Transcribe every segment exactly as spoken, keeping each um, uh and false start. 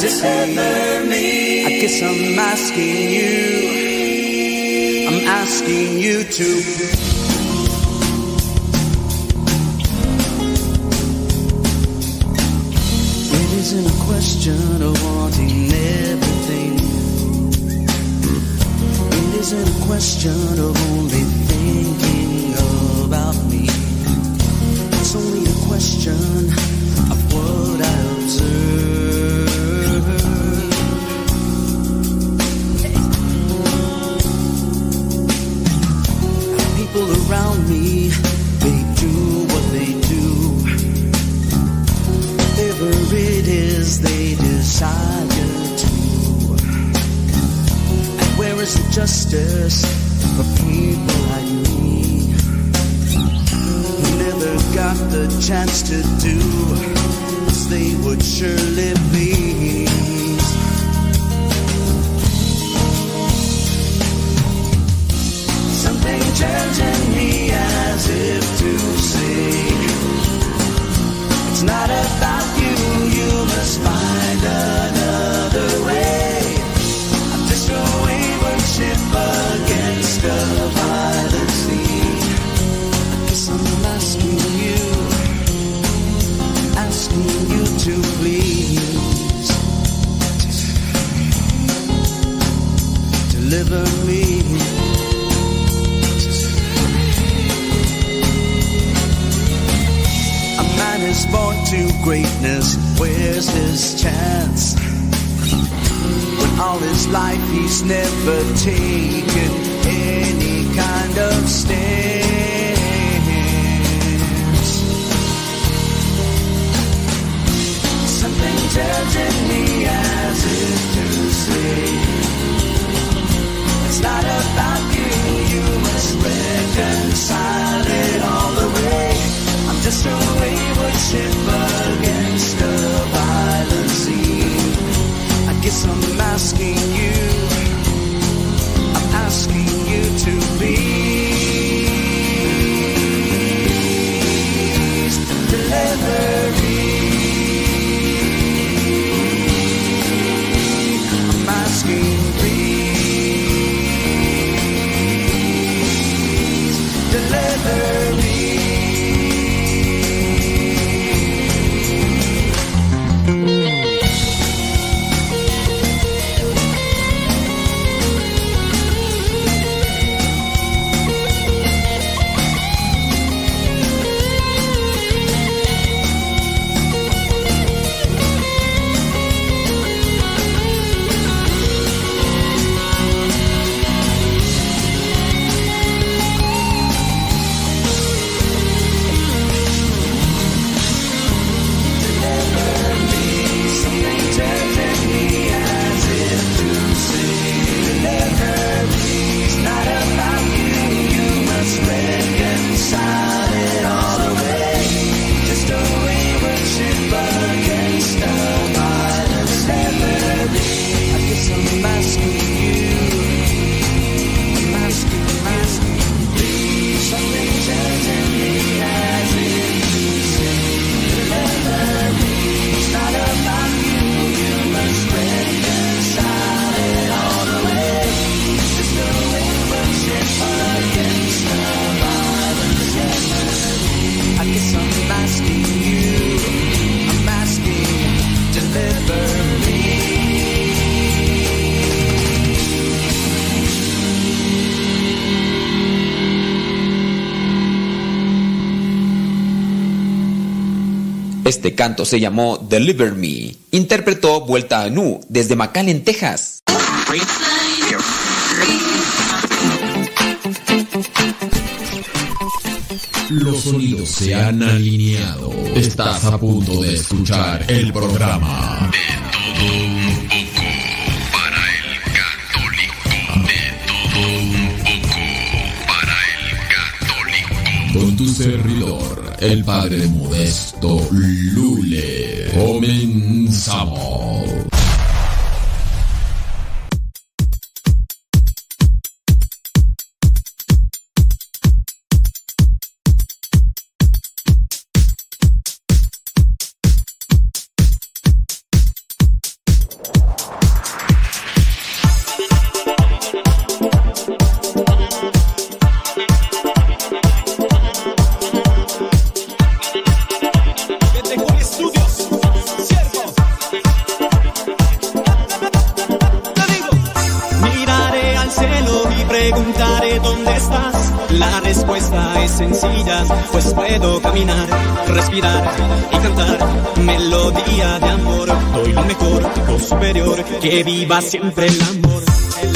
deliver me. I guess I'm asking you, I'm asking you to. It isn't a question of wanting everything. It isn't a question of only thinking about me. It's only a question of what I observe. People around me, they do what they do. Whatever it is they desire to. And where is the justice for people like me, who never got the chance to do as they would surely please? Something turns in me as if to say, it's not about you, you must find another way. I'm just a wayward ship against a violent sea. I guess I'm asking you, asking you to please deliver me. Is born to greatness, where's his chance? When all his life he's never taken any kind of stance. Something tells in me as if to say, it's not about you, you must reconcile it all the way. I'm just a wayward ship against a violent sea. I guess I'm asking you, I'm asking you to please deliver me. I'm asking, please deliver me. Este canto se llamó Deliver Me. Interpretó Vuelta a Nu desde McAllen, Texas. Los sonidos se han alineado. Estás a punto de escuchar el programa De Todo Un Poco para el Católico. De Todo Un Poco para el Católico. Con tu servidor, el padre Modesto Lule. Comenzamos. preguntaré dónde estás, la respuesta es sencilla, pues puedo caminar, respirar y cantar melodía de amor. Doy lo mejor, lo superior, que viva siempre el amor.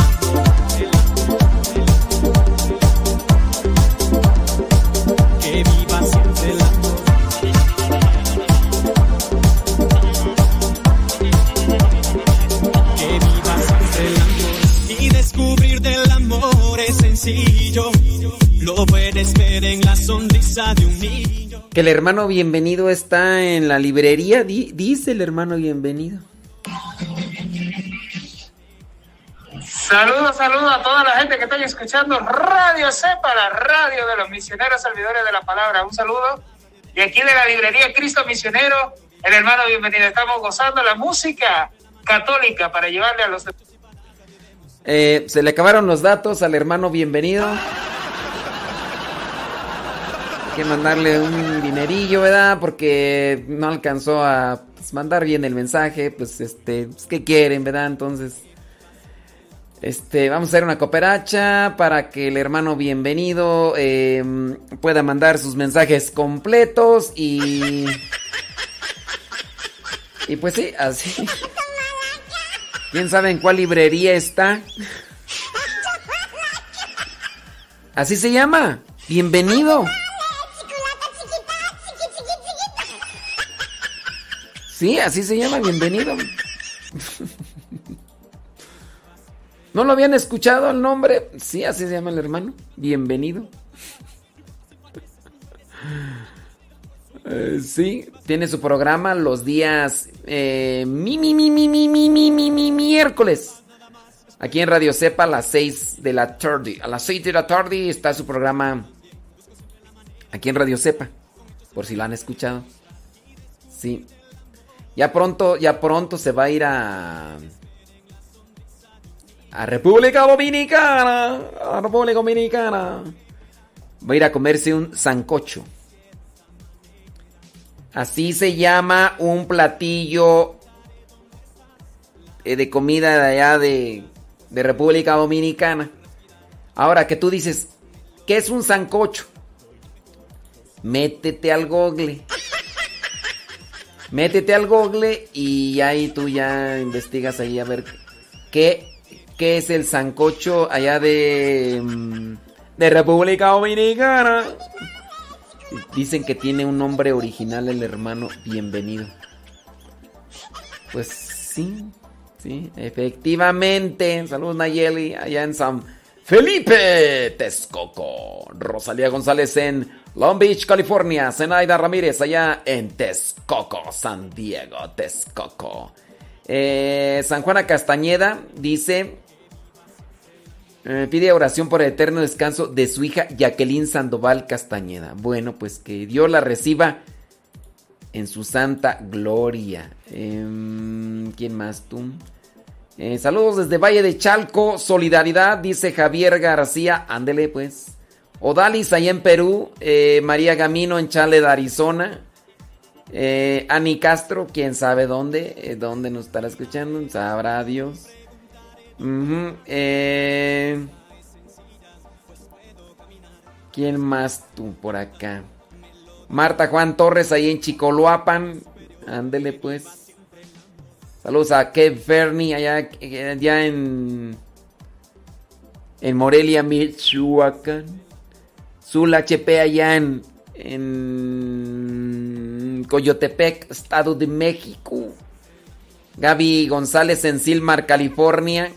Que viva siempre el amor. Que viva siempre el amor. Y descubrir del amor es sencillo. Lo puedes ver en la sonrisa de un niño. Que el hermano bienvenido está en la librería, di, dice el hermano bienvenido. Saludos, saludos a toda la gente que está escuchando Radio Cepa, la radio de los misioneros servidores de la palabra. Un saludo. Y aquí de la librería Cristo Misionero, el hermano bienvenido. Estamos gozando la música católica para llevarle a los... Eh, se le acabaron los datos al hermano bienvenido. Hay que mandarle un dinerillo, ¿verdad? Porque no alcanzó a pues, mandar bien el mensaje. Pues, este, pues, ¿qué quieren, verdad? Entonces, este, vamos a hacer una cooperacha para que el hermano bienvenido eh, pueda mandar sus mensajes completos y... Y pues sí, así... ¿Quién sabe en cuál librería está? Así se llama. Bienvenido. Sí, así se llama, bienvenido. ¿No lo habían escuchado el nombre? Sí, así se llama el hermano. Bienvenido. Eh, sí, tiene su programa los días eh, mi, mi, mi, mi, mi, mi, mi, mi, mi, miércoles. Aquí en Radio Cepa a las seis de la tarde. A las seis de la tarde está su programa aquí en Radio Cepa. Por si lo han escuchado. Sí. Ya pronto, ya pronto se va a ir a... A República Dominicana. A República Dominicana. Va a ir a comerse un sancocho. Así se llama un platillo de comida de allá de, de República Dominicana. Ahora que tú dices, ¿qué es un sancocho? Métete al Google. Métete al Google y ahí tú ya investigas ahí a ver qué, qué es el sancocho allá de, de República Dominicana. Dicen que tiene un nombre original el hermano bienvenido. Pues sí, sí, efectivamente. Saludos Nayeli, allá en San Felipe, Texcoco. Rosalía González en Long Beach, California. Zenaida Ramírez allá en Texcoco, San Diego, Texcoco. Eh, San Juana Castañeda dice... Eh, pide oración por el eterno descanso de su hija Jacqueline Sandoval Castañeda. Bueno, pues que Dios la reciba en su santa gloria. Eh, ¿Quién más tú? Eh, saludos desde Valle de Chalco, solidaridad, dice Javier García. Ándele pues. Odalis allá en Perú. Eh, María Gamino en Chale de Arizona. Eh, Ani Castro, quién sabe dónde, eh, dónde nos estará escuchando, sabrá Dios. Uh-huh. eh... ¿Quién más tú por acá? Marta Juan Torres ahí en Chicoloapan. Ándele pues. Saludos a Kev Fernie allá, allá en en Morelia, Michoacán. Zul H P allá en en Coyotepec, Estado de México. Gaby González en Silmar, California.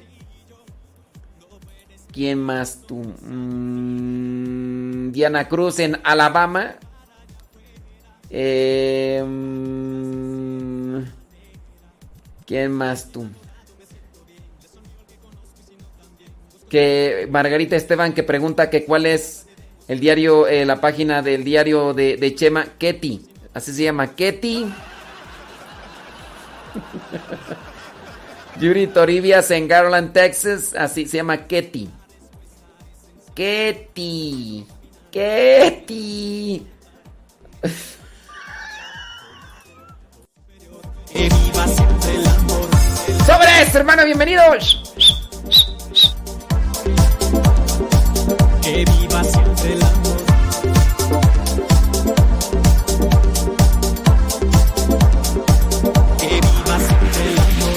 ¿Quién más tú? Mm, Diana Cruz en Alabama. Eh, ¿Quién más tú? Que Margarita Esteban que pregunta que cuál es el diario, eh, la página del diario de, de Chema. Ketty. Así se llama, Ketty. Yuri Toribias en Garland, Texas. Así se llama Ketty. Ketty. Ketty. ¡Sobre eso, hermano! ¡Bienvenidos! Que viva siempre el amor. Que viva siempre el amor.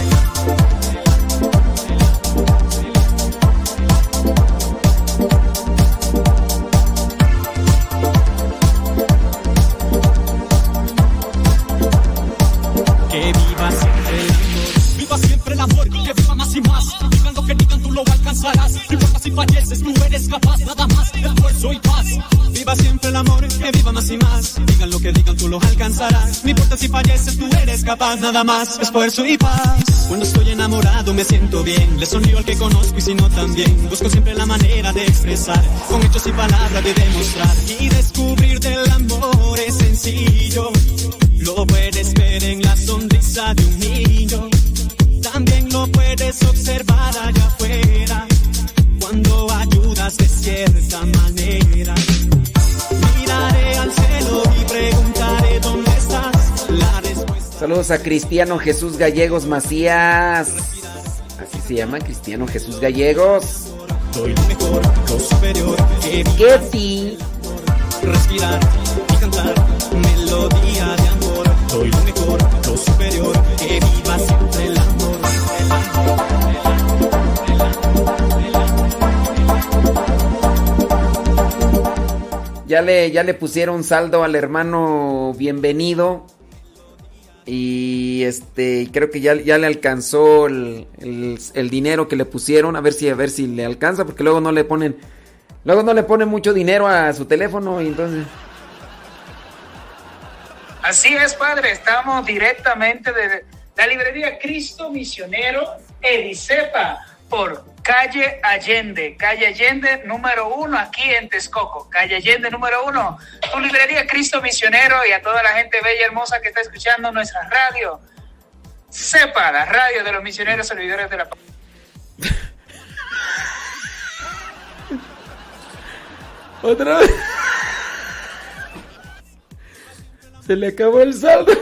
Que viva siempre el amor. Viva siempre el amor, que viva más y más. Digan lo que digan, tú lo alcanzarás. No importa si falleces, tú eres capaz. Nada más, esfuerzo y paz. Viva siempre el amor, que viva más y más. Digan lo que digan, tú lo alcanzarás. No importa si falleces, tú eres capaz. Nada más, esfuerzo y paz. Cuando estoy enamorado me siento bien. Le sonrío al que conozco y si no también. Busco siempre la manera de expresar, con hechos y palabras de demostrar. Y descubrir del amor es sencillo. Lo puedes ver en la sonrisa de un niño. También lo puedes observar allá afuera, cuando ayudas de cierta manera. Miraré al cielo y preguntaré dónde estás. La respuesta... Saludos a Cristiano Jesús Gallegos Macías. Así se llama, Cristiano Jesús Gallegos. Doy lo mejor, lo superior. Que Getty. Respirar y cantar melodía de amor. Doy lo mejor, lo superior. Que viva siempre el amor. Ya le, ya le pusieron saldo al hermano Bienvenido. Y este creo que ya, ya le alcanzó el, el, el dinero que le pusieron. A ver si a ver si le alcanza, porque luego no le ponen. Luego no le ponen mucho dinero a su teléfono y entonces. Así es, padre. Estamos directamente de la librería Cristo Misionero Edicepa por calle Allende. Calle Allende número uno aquí en Texcoco. Calle Allende número uno. Tu librería Cristo Misionero, y a toda la gente bella y hermosa que está escuchando nuestra radio. Sepa, la radio de los misioneros servidores de la paz. Otra vez. Se le acabó el saldo.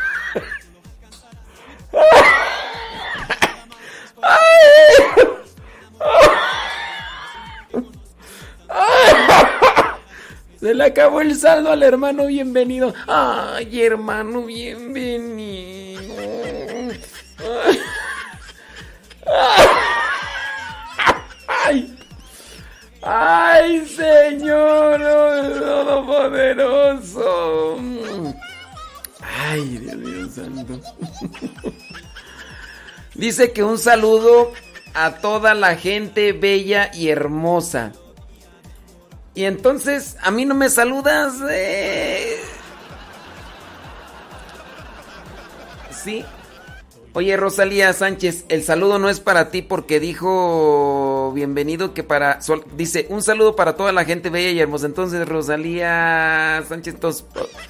Se le acabó el saldo al hermano Bienvenido. Ay, hermano Bienvenido. Ay. ¡Ay, Señor Todopoderoso! ¡Ay, Dios mío santo! Dice que un saludo a toda la gente bella y hermosa. Y entonces, ¿a mí no me saludas? Eh... ¿Sí? Oye, Rosalía Sánchez, el saludo no es para ti porque dijo Bienvenido que para... Sol, dice, un saludo para toda la gente bella y hermosa. Entonces, Rosalía Sánchez, entonces,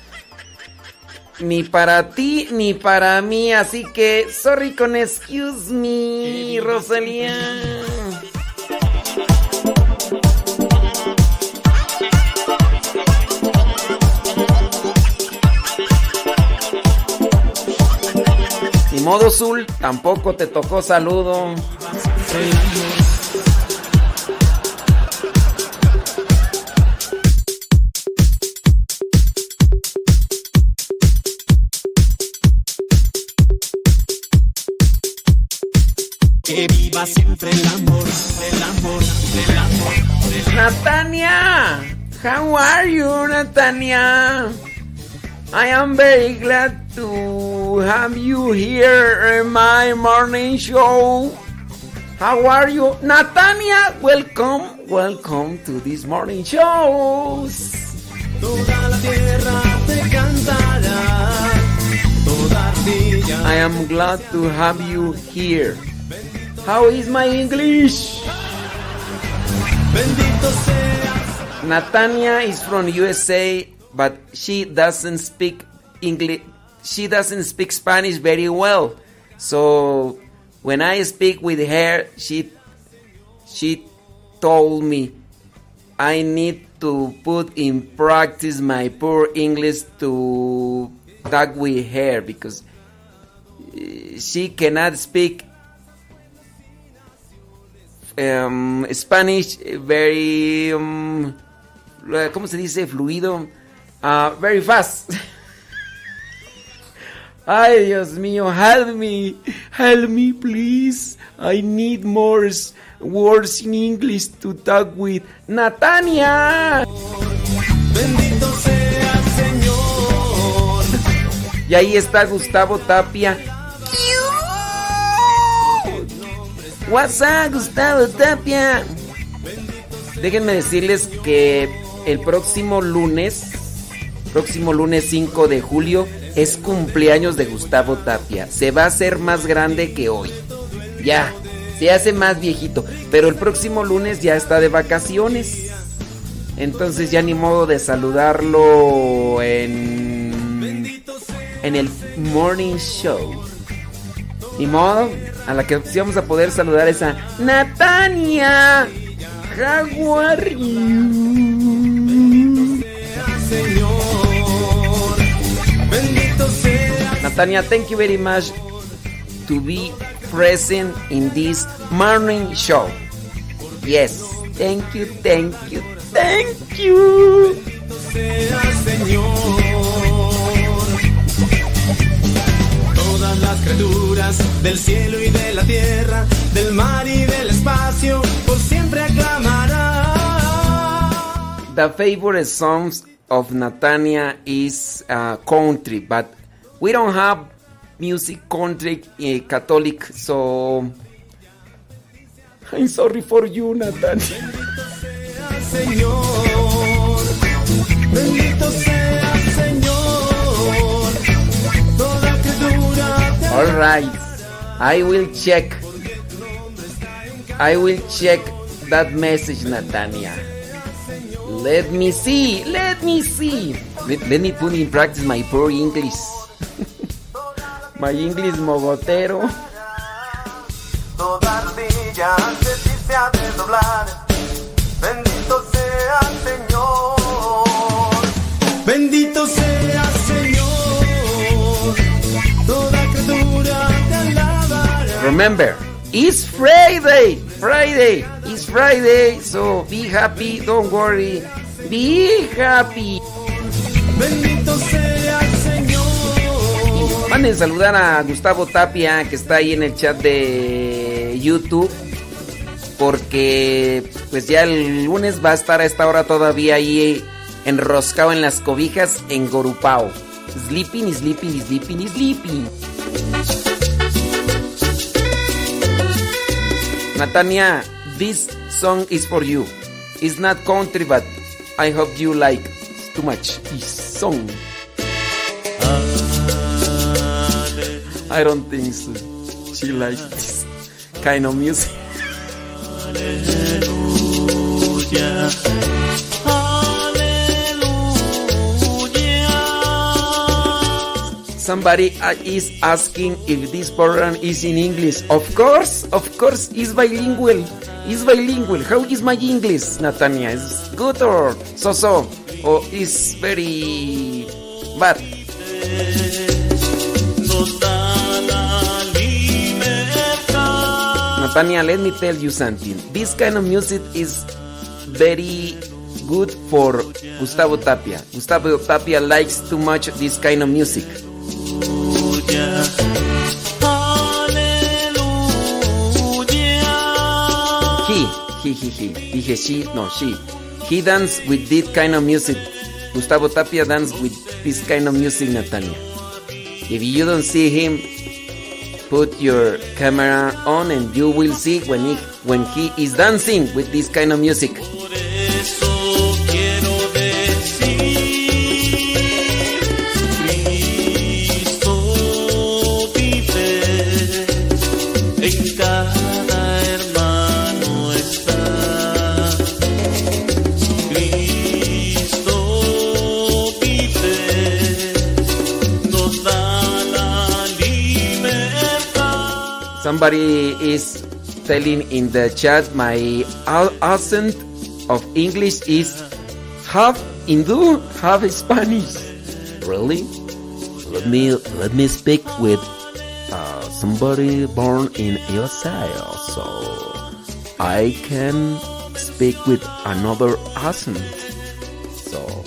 ni para ti ni para mí. Así que, sorry con excuse me, Rosalía. Ni modo, Zul, tampoco te tocó saludo. Que viva siempre el amor, el amor, el amor, el amor. Natania, how are you, Natania? I am very glad to have you here in my morning show. How are you, Natania? Welcome, welcome to this morning show. Toda la tierra te cantará, toda ardilla. I am glad to have you here. How is my English? Bendito seas. Natania is from U S A, but she doesn't speak English. She doesn't speak Spanish very well. So when I speak with her, she she told me I need to put in practice my poor English to talk with her because she cannot speak um, Spanish very, um, ¿cómo se dice? Fluido. Uh, very fast. Ay, Dios mío, help me. Help me, please. I need more words in English to talk with Natania. Bendito sea, Señor. Y ahí está Gustavo Tapia. What's up, Gustavo Tapia? Déjenme decirles que el próximo lunes, próximo lunes cinco de julio, es cumpleaños de Gustavo Tapia. Se va a hacer más grande que hoy. Ya, se hace más viejito. Pero el próximo lunes ya está de vacaciones. Entonces ya ni modo de saludarlo en, en el morning show. Ni modo. A la que sí vamos a poder saludar es a Natania. How are you? Señor, bendito sea. Natania, thank you very much to be present in this morning show. Yes, thank you, thank you, thank you. Sea, Señor. Todas las criaturas del cielo y de la tierra, del mar y del espacio, por siempre aclamarán. The favorite songs of Natania is uh, country, but we don't have music country uh, Catholic, so I'm sorry for you, Natania. Señor, bendito sea, Señor, toda criatura te All right, I will check. I will check that message, Natania. Let me see. Let me see. Let, let me put in practice my poor English. My English mogotero. Toda rodilla ante ti se ha de doblar. Bendito sea, Señor. Bendito sea, Señor. Toda criatura te alabará. Remember, it's Friday. Friday. It's Friday. So be happy. Don't worry. Be happy. Bendito sea, Señor. Manden saludar a Gustavo Tapia, que está ahí en el chat de YouTube, porque pues ya el lunes va a estar a esta hora todavía ahí enroscado en las cobijas en Gorupao. Sleeping, sleeping, sleeping, sleeping. Natania, this song is for you. It's not country, but I hope you like too much this song. I don't think so. She likes this kind of music. Hallelujah. Hallelujah. Somebody is asking if this program is in English. Of course, of course, it's bilingual. It's bilingual. How is my English, Natania? Is good or so-so? Or is very bad? Natania, let me tell you something. This kind of music is very good for Gustavo Tapia. Gustavo Tapia likes too much this kind of music. He, he, he, he. Dije she, no, she. He dance with this kind of music. Gustavo Tapia dance with this kind of music, Natania. If you don't see him, put your camera on and you will see when he, when he is dancing with this kind of music. Somebody is telling in the chat my accent of English is half Hindu, half Spanish. Really? Let me let me speak with uh, somebody born in U S A. So I can speak with another accent. So.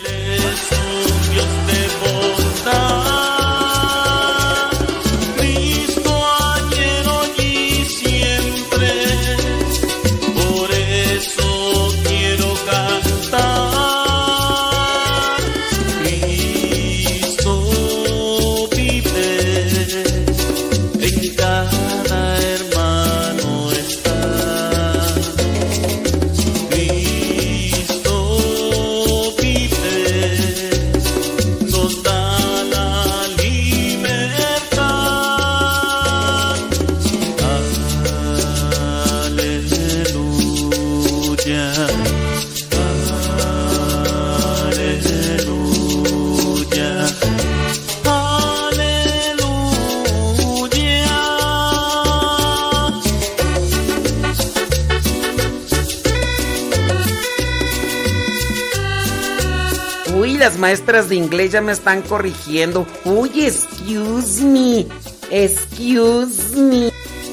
Las maestras de inglés ya me están corrigiendo. Uy, excuse me. Excuse me.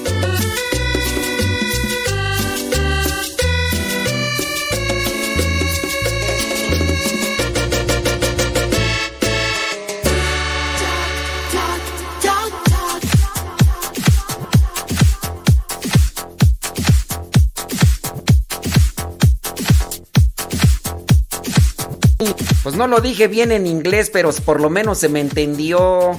Pues no lo dije bien en inglés, pero por lo menos se me entendió.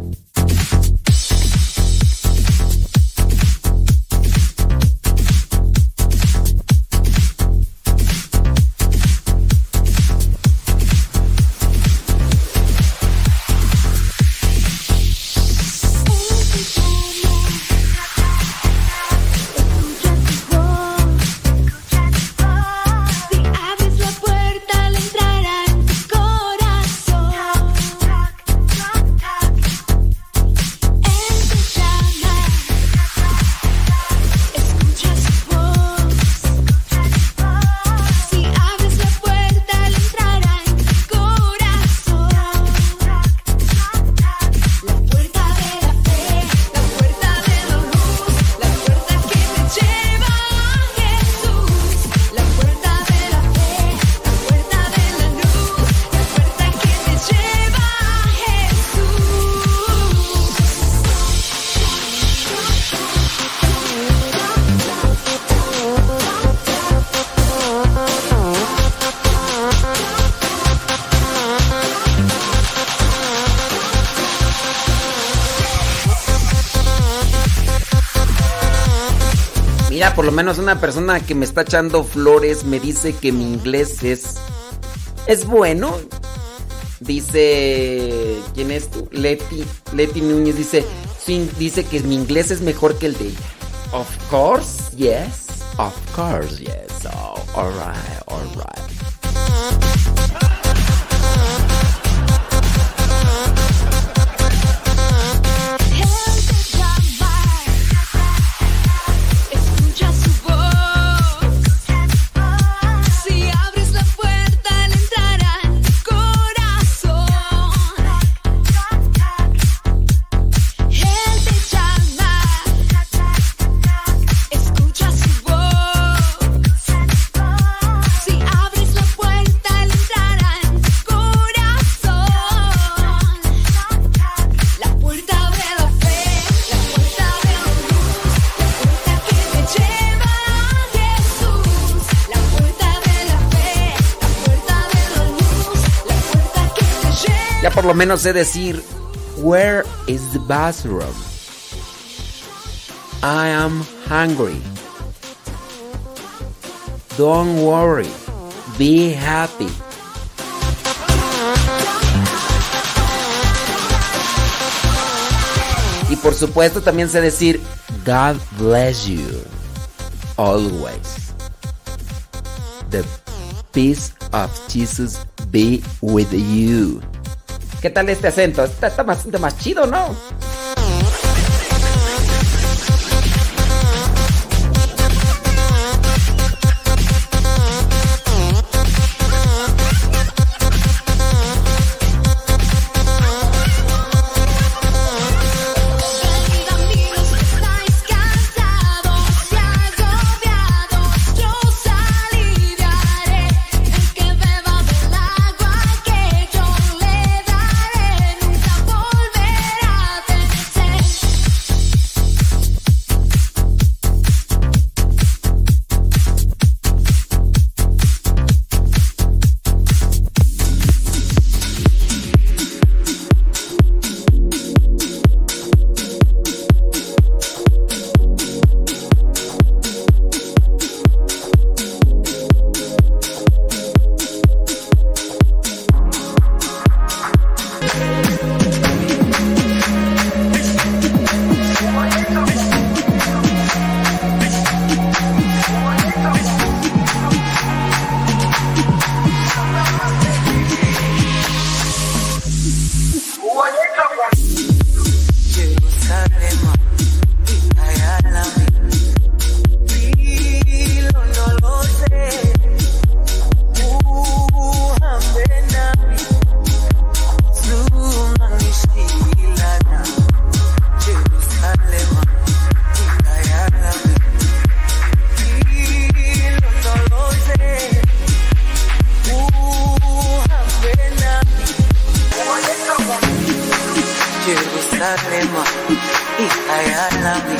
Por lo menos una persona que me está echando flores me dice que mi inglés es es bueno. Dice, ¿quién es tú? Leti, Leti Núñez dice, sí, dice que mi inglés es mejor que el de ella. Of course, yes. Of course, yes. Oh, all right, all right. Por lo menos sé decir, where is the bathroom? I am hungry. Don't worry. Be happy. Y por supuesto también sé decir, God bless you. Always. The peace of Jesus be with you. ¿Qué tal este acento? Está, está bastante más chido, ¿no?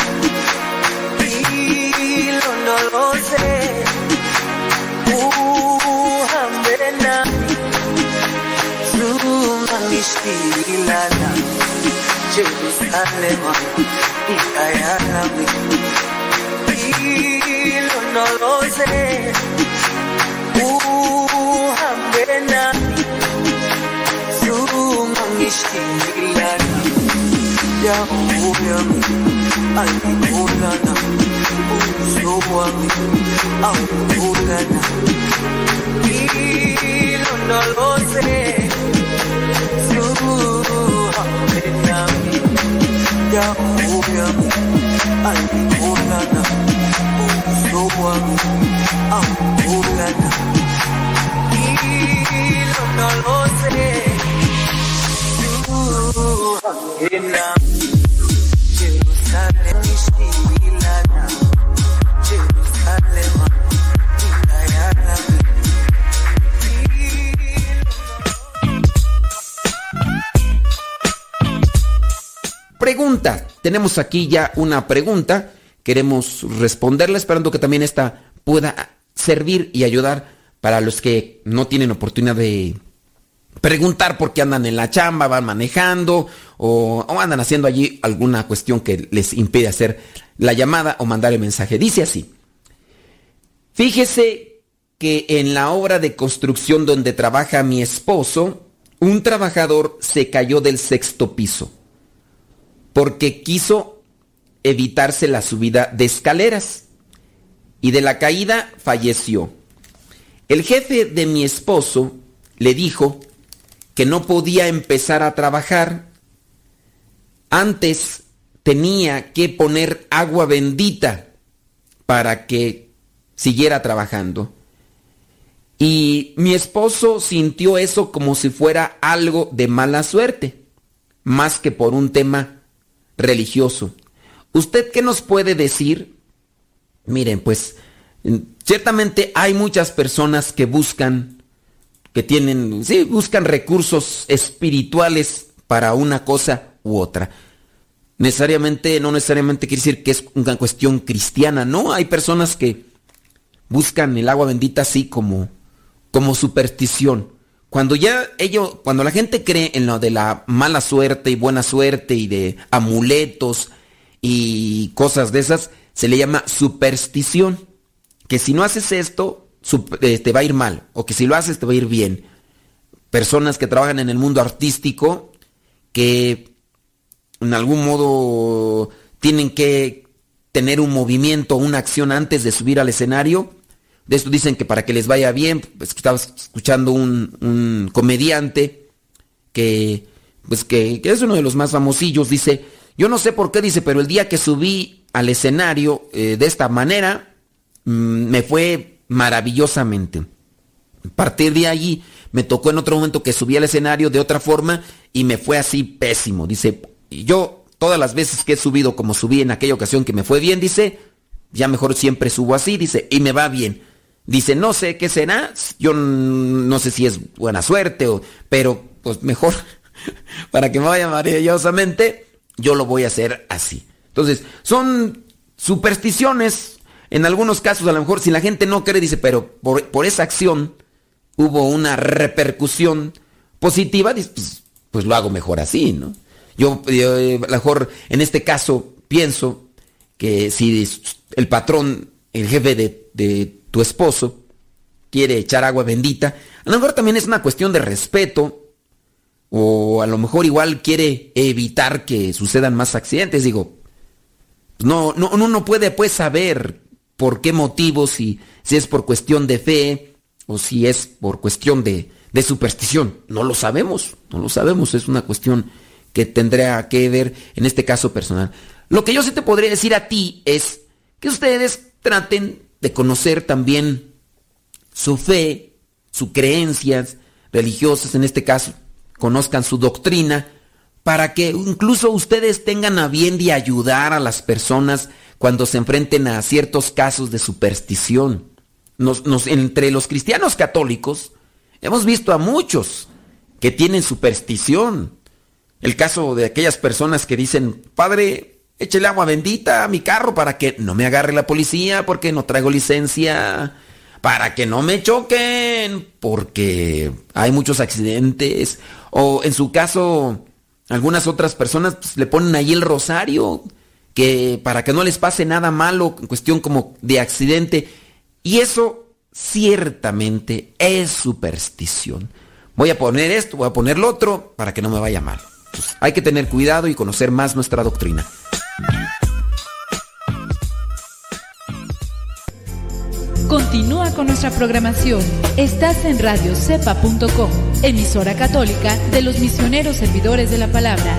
hilo no lo sé. Uhambe nami, zungangishilana, Jerusalema ikhaya lami. Hilo no lo sé. Uhambe nami, zungangishilana, damu yami alikulana, uso wami aukulana. Hilo no lo sé. Zuhambe nami, damu yami alikulana, uso wami aukulana. Hilo no lo sé. Zuhambe nami, Jerusalem ishilana, Jerusalem ikhaya lami. Pregunta. Tenemos aquí ya una pregunta. Queremos responderla, esperando que también esta pueda servir y ayudar para los que no tienen oportunidad de preguntar porque andan en la chamba, van manejando o, o andan haciendo allí alguna cuestión que les impide hacer la llamada o mandar el mensaje. Dice así: fíjese que en la obra de construcción donde trabaja mi esposo, un trabajador se cayó del sexto piso porque quiso evitarse la subida de escaleras y de la caída falleció. El jefe de mi esposo le dijo que no podía empezar a trabajar. Antes tenía que poner agua bendita para que siguiera trabajando. Y mi esposo sintió eso como si fuera algo de mala suerte, más que por un tema religioso. ¿Usted qué nos puede decir? Miren, pues, ciertamente hay muchas personas que buscan, que tienen, sí, buscan recursos espirituales para una cosa u otra. Necesariamente, no necesariamente quiere decir que es una cuestión cristiana, no. Hay personas que buscan el agua bendita así como, como superstición. Cuando ya ellos, cuando la gente cree en lo de la mala suerte y buena suerte y de amuletos y cosas de esas, se le llama superstición. Que si no haces esto, te va a ir mal, o que si lo haces te va a ir bien. Personas que trabajan en el mundo artístico, que en algún modo tienen que tener un movimiento, una acción antes de subir al escenario. De esto dicen que para que les vaya bien, pues estaba escuchando un, un comediante que, pues que, que es uno de los más famosillos, dice, yo no sé por qué, dice, pero el día que subí al escenario eh, de esta manera, mmm, me fue maravillosamente. A partir de allí me tocó en otro momento que subí al escenario de otra forma y me fue así pésimo. Dice, yo todas las veces que he subido como subí en aquella ocasión que me fue bien, dice, ya mejor siempre subo así, dice, y me va bien. Dice, no sé qué será, yo no sé si es buena suerte, o, pero pues mejor, para que me vaya maravillosamente, yo lo voy a hacer así. Entonces, son supersticiones. En algunos casos, a lo mejor, si la gente no cree, dice, pero por, por esa acción hubo una repercusión positiva, dice, pues, pues lo hago mejor así, ¿no? Yo, yo, a lo mejor, en este caso, pienso que si el patrón, el jefe de, de tu esposo, quiere echar agua bendita, a lo mejor también es una cuestión de respeto, o a lo mejor igual quiere evitar que sucedan más accidentes. Digo, no, no, uno no puede pues saber por qué motivo, si, si es por cuestión de fe, o si es por cuestión de, de superstición. No lo sabemos, no lo sabemos, es una cuestión que tendrá que ver en este caso personal. Lo que yo sí te podría decir a ti es que ustedes traten de conocer también su fe, sus creencias religiosas, en este caso, conozcan su doctrina, para que incluso ustedes tengan a bien de ayudar a las personas cuando se enfrenten a ciertos casos de superstición. Nos, nos, entre los cristianos católicos hemos visto a muchos que tienen superstición. El caso de aquellas personas que dicen, padre, échele agua bendita a mi carro para que no me agarre la policía porque no traigo licencia, para que no me choquen porque hay muchos accidentes. O en su caso, algunas otras personas pues, le ponen ahí el rosario, que para que no les pase nada malo en cuestión como de accidente. Y eso ciertamente es superstición. Voy a poner esto, voy a poner lo otro para que no me vaya mal. Pues hay que tener cuidado y conocer más nuestra doctrina. Continúa con nuestra programación. Estás en radio cepa punto com, emisora católica de los misioneros servidores de la palabra.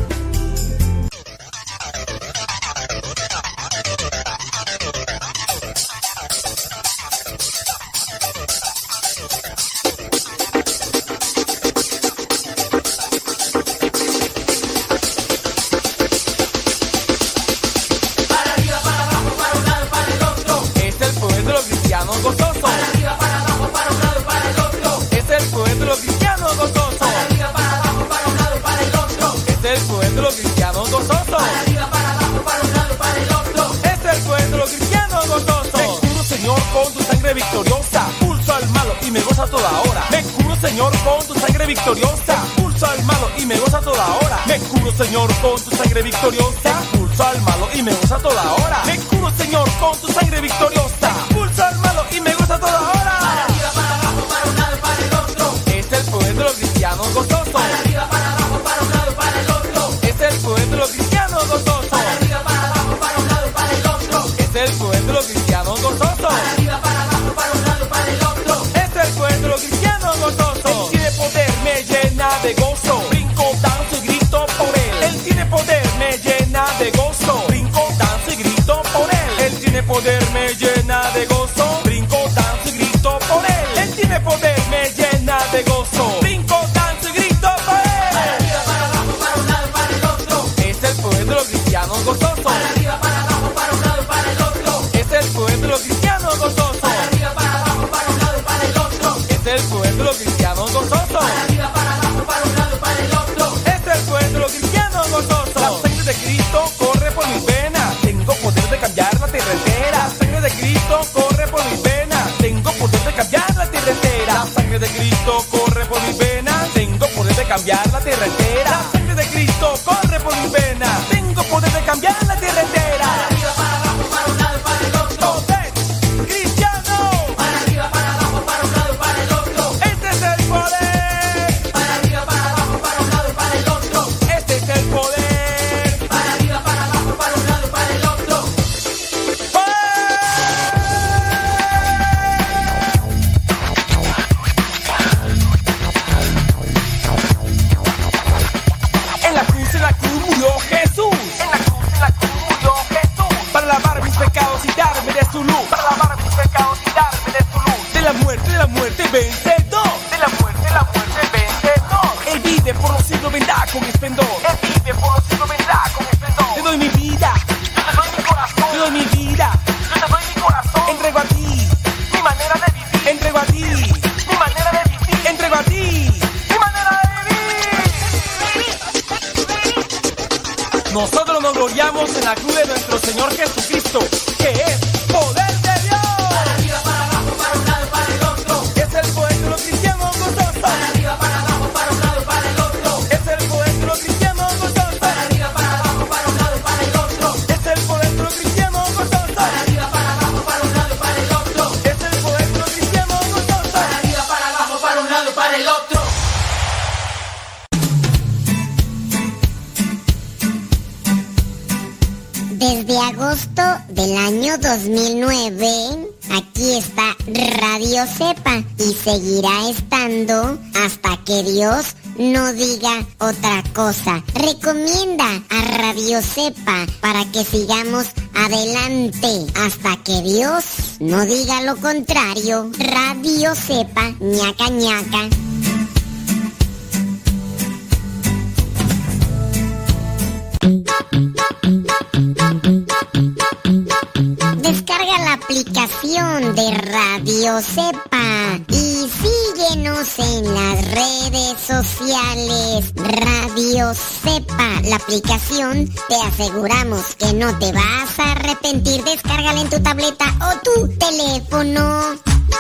Victoriosa, pulso al malo y me goza toda hora. Me curo, Señor, con tu sangre victoriosa. Pulso al malo y me goza toda hora. Me curo, Señor, con tu sangre victoriosa. Pulso al malo y me goza toda hora. Me curo, Señor, con tu sangre victoriosa. Pulso al malo y me goza toda hora. Para arriba, para abajo, para un lado, para el otro. Es el poder de los cristianos gozosos. Para arriba, para abajo, para un lado, para el otro. Es el poder de los cristianos gozosos. Para arriba, para abajo, para un lado, para el otro. Es el poder de los cristianos gozosos. Para arriba, para abajo, para un lado, para el otro. Es el poder de los cristianos gozosos. Él tiene poder, me llena de gozo. Brinco, danzo y grito por él. Él tiene poder, me llena de gozo. Brinco, danzo y grito por él. Él tiene poder, me llena de gozo. Brinco, danzo y grito por él. Él tiene poder, me llena de gozo. Brinco, danzo y grito por él. Para arriba, para abajo, para un lado, para el otro. Es el poder de los cristianos gozosos. Para arriba, para abajo, para un lado, para el otro. Es el poder de los cristianos gozosos. Para arriba, para abajo, para un lado, para el otro. Es el poder de los cristianos gozosos. Para arriba, para abajo, para un lado, para el otro. Es el poder de los cristianos gozosos. La sangre de Cristo corre por mis venas. Tengo poder de cambiar la tierra entera. La sangre de Cristo corre por mis venas. Tengo poder de cambiar la tierra entera. La sangre de Cristo corre por mis venas. Tengo poder de cambiar la tierra entera. La sangre de Cristo corre por mis venas. Tengo poder de cambiar la tierra entera. Para arriba, para abajo, para un lado, para el otro. Poder cristiano. Para arriba, para abajo, para un lado, para el otro. Este es el poder. Para arriba, para abajo, para un lado, para el otro. Este es el poder. Para arriba, para abajo, para un lado, para el otro. En la cruz, en la cruz murió Jesús. En la cruz, en la cruz murió Jesús. Para lavar mis pecados y darme de su luz. Para lavar mis pecados y darme de su luz. De la muerte, de la muerte vencedor. De la muerte, de la muerte vencedor. Él vive por los siglos, vendrá con esplendor. Él vive por los siglos, vendrá con esplendor. Te doy mi vida, yo te doy mi corazón. Te doy mi vida, yo te doy mi corazón. Entrego a ti mi manera de vivir. Entrego a ti mi manera de vivir. Entrego a ti mi manera de vivir. Nosotros nos gloriamos en la cruz de nuestro Señor Jesucristo, que es poder de Dios. Para arriba, para abajo, para un lado, para el otro. Es el poder de los cristianos gozosos. Para arriba, para abajo, para un lado, para el otro. Es el poder de los cristianos gozosos. Para arriba, para abajo, para un lado, para el otro. Es el poder de los cristianos gozosos. Para arriba, para abajo, para un lado, para el otro. Es el poder de los cristianos gozosos. Para arriba, para abajo, para un lado, para el otro. Desde agosto del año dos mil nueve, aquí está Radio Cepa y seguirá estando hasta que Dios no diga otra cosa. Recomienda a Radio Cepa para que sigamos adelante hasta que Dios no diga lo contrario. Radio Cepa, ñaca ñaca. Descarga la aplicación de Radio Cepa y síguenos en las redes sociales. Radio Cepa. Sepa, la aplicación. Te aseguramos que no te vas a arrepentir. Descárgala en tu tableta o tu teléfono.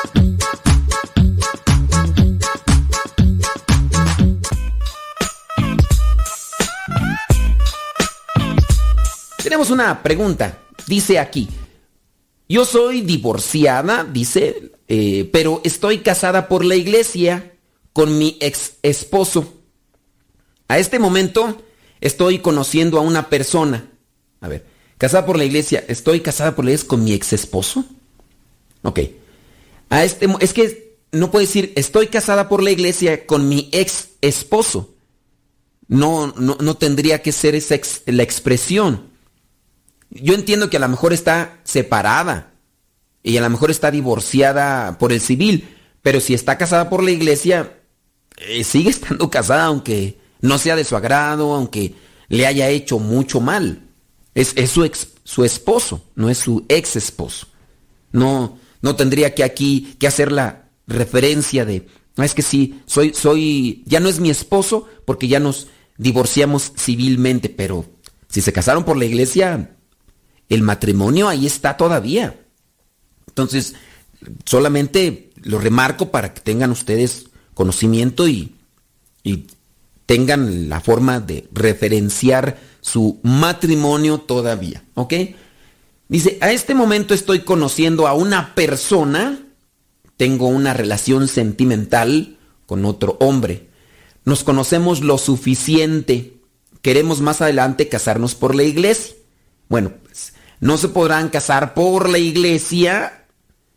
Tenemos una pregunta. Dice aquí: yo soy divorciada, dice, eh, pero estoy casada por la iglesia con mi ex esposo. A este momento estoy conociendo a una persona. A ver, casada por la iglesia, estoy casada por la iglesia con mi ex esposo. Ok. A este, es que no puedo decir estoy casada por la iglesia con mi ex esposo. No, no, no tendría que ser esa ex, la expresión. Yo entiendo que a lo mejor está separada y a lo mejor está divorciada por el civil, pero si está casada por la iglesia, eh, sigue estando casada aunque no sea de su agrado, aunque le haya hecho mucho mal. Es, es su, ex, su esposo, no es su ex esposo. No, no tendría que aquí que hacer la referencia de, no, es que sí, soy, soy, ya no es mi esposo porque ya nos divorciamos civilmente, pero si se casaron por la iglesia, el matrimonio ahí está todavía. Entonces, solamente lo remarco para que tengan ustedes conocimiento y, y tengan la forma de referenciar su matrimonio todavía, ¿ok? Dice, a este momento estoy conociendo a una persona, tengo una relación sentimental con otro hombre. Nos conocemos lo suficiente, queremos más adelante casarnos por la iglesia. Bueno, pues no se podrán casar por la iglesia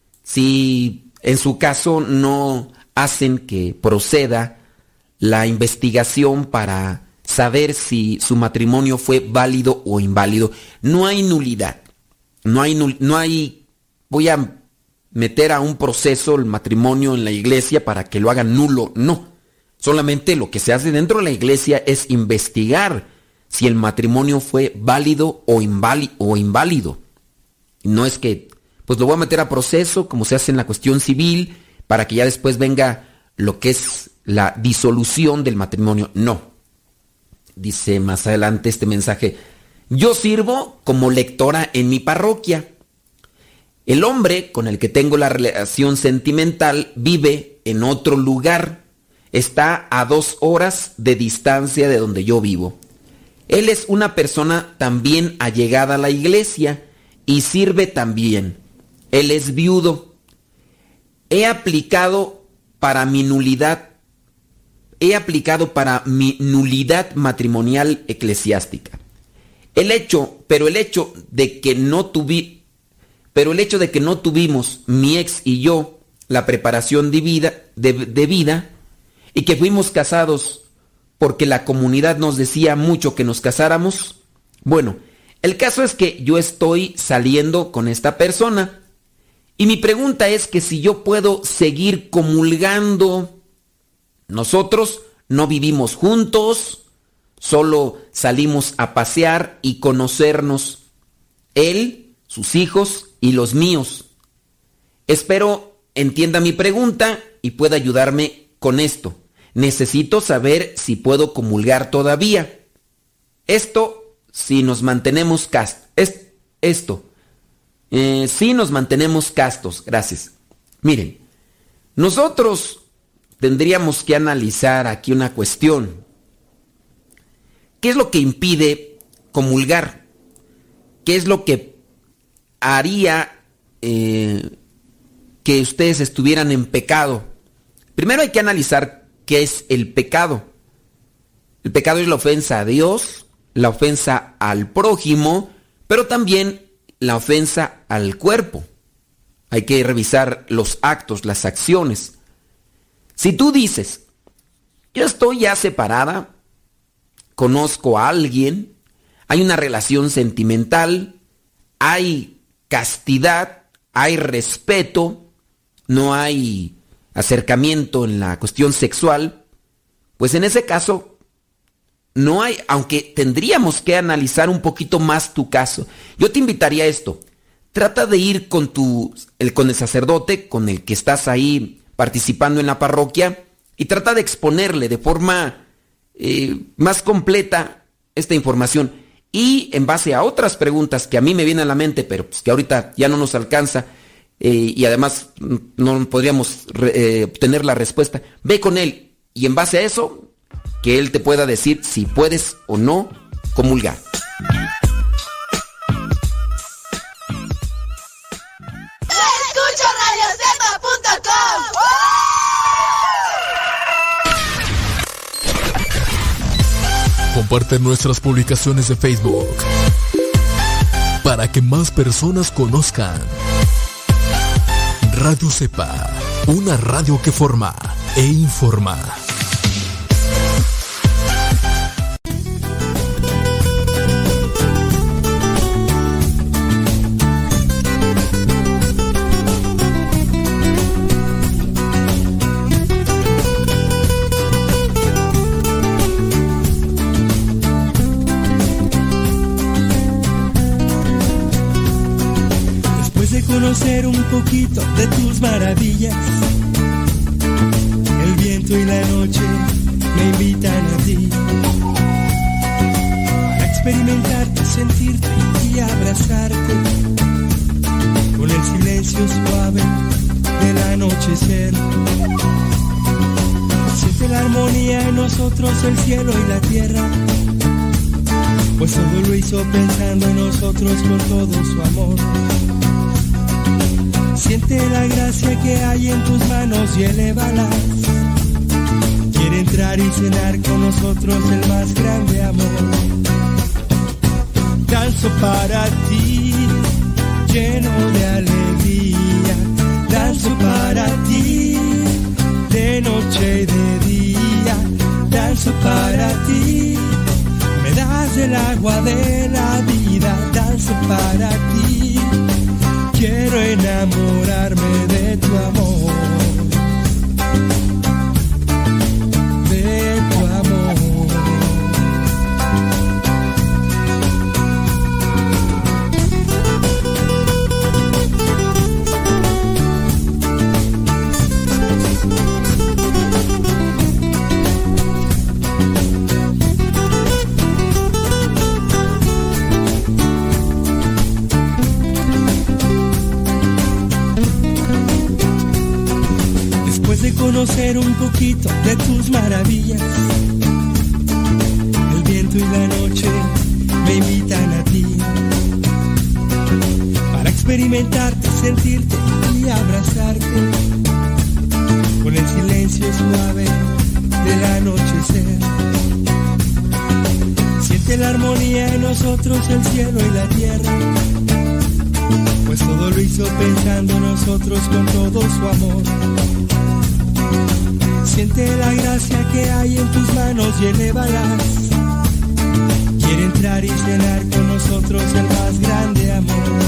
si en su caso no hacen que proceda la investigación para saber si su matrimonio fue válido o inválido. No hay nulidad. No hay, nul, no hay, voy a meter a un proceso el matrimonio en la iglesia para que lo hagan nulo. No. Solamente lo que se hace dentro de la iglesia es investigar si el matrimonio fue válido o inválido, o inválido. No es que, pues lo voy a meter a proceso, como se hace en la cuestión civil, para que ya después venga lo que es la disolución del matrimonio. No. Dice más adelante este mensaje: yo sirvo como lectora en mi parroquia. El hombre con el que tengo la relación sentimental vive en otro lugar. Está a dos horas de distancia de donde yo vivo. Él es una persona también allegada a la iglesia y sirve también. Él es viudo. He aplicado para mi nulidad, he aplicado para mi nulidad matrimonial eclesiástica. El hecho, pero el hecho de que no tuvi, pero el hecho de que no tuvimos mi ex y yo la preparación de vida, de, de vida y que fuimos casados porque la comunidad nos decía mucho que nos casáramos. Bueno, el caso es que yo estoy saliendo con esta persona y mi pregunta es que si yo puedo seguir comulgando. Nosotros no vivimos juntos, solo salimos a pasear y conocernos. Él, sus hijos y los míos. Espero entienda mi pregunta y pueda ayudarme con esto. Necesito saber si puedo comulgar todavía. Esto, si nos mantenemos castos. Es, esto, eh, si nos mantenemos castos. Gracias. Miren, nosotros tendríamos que analizar aquí una cuestión. ¿Qué es lo que impide comulgar? ¿Qué es lo que haría eh, que ustedes estuvieran en pecado? Primero hay que analizar qué es el pecado. El pecado es la ofensa a Dios, la ofensa al prójimo, pero también la ofensa al cuerpo. Hay que revisar los actos, las acciones. Si tú dices, yo estoy ya separada, conozco a alguien, hay una relación sentimental, hay castidad, hay respeto, no hay acercamiento en la cuestión sexual, pues en ese caso no hay, aunque tendríamos que analizar un poquito más tu caso. Yo te invitaría a esto. Trata de ir con tu, el, con el sacerdote con el que estás ahí participando en la parroquia y trata de exponerle de forma eh, más completa esta información. Y en base a otras preguntas que a mí me vienen a la mente, pero pues que ahorita ya no nos alcanza, eh, y además no podríamos eh, obtener la respuesta, ve con él y en base a eso, que él te pueda decir si puedes o no comulgar. Escucho radio sepa punto com. Comparte nuestras publicaciones de Facebook para que más personas conozcan Radio Cepa, una radio que forma e informa. Conocer un poquito de tus maravillas, el viento y la noche me invitan a ti, para experimentarte, sentirte y abrazarte, con el silencio suave del anochecer. Siente la armonía en nosotros, el cielo y la tierra, pues todo lo hizo pensando en nosotros con todo su amor. Siente la gracia que hay en tus manos y elévalas. Quiere entrar y cenar con nosotros el más grande amor. Danzo para ti, lleno de alegría. Danzo para ti, de noche y de día. Danzo para ti, me das el agua de la vida. Danzo para ti, quiero enamorarme de tu amor, de tu amor. Conocer un poquito de tus maravillas, el viento y la noche me invitan a ti, para experimentarte, sentirte y abrazarte, con el silencio suave del anochecer. Siente la armonía en nosotros, el cielo y la tierra, pues todo lo hizo pensando en nosotros con todo su amor. Siente la gracia que hay en tus manos y elévalas. Quiere entrar y cenar con nosotros el más grande amor.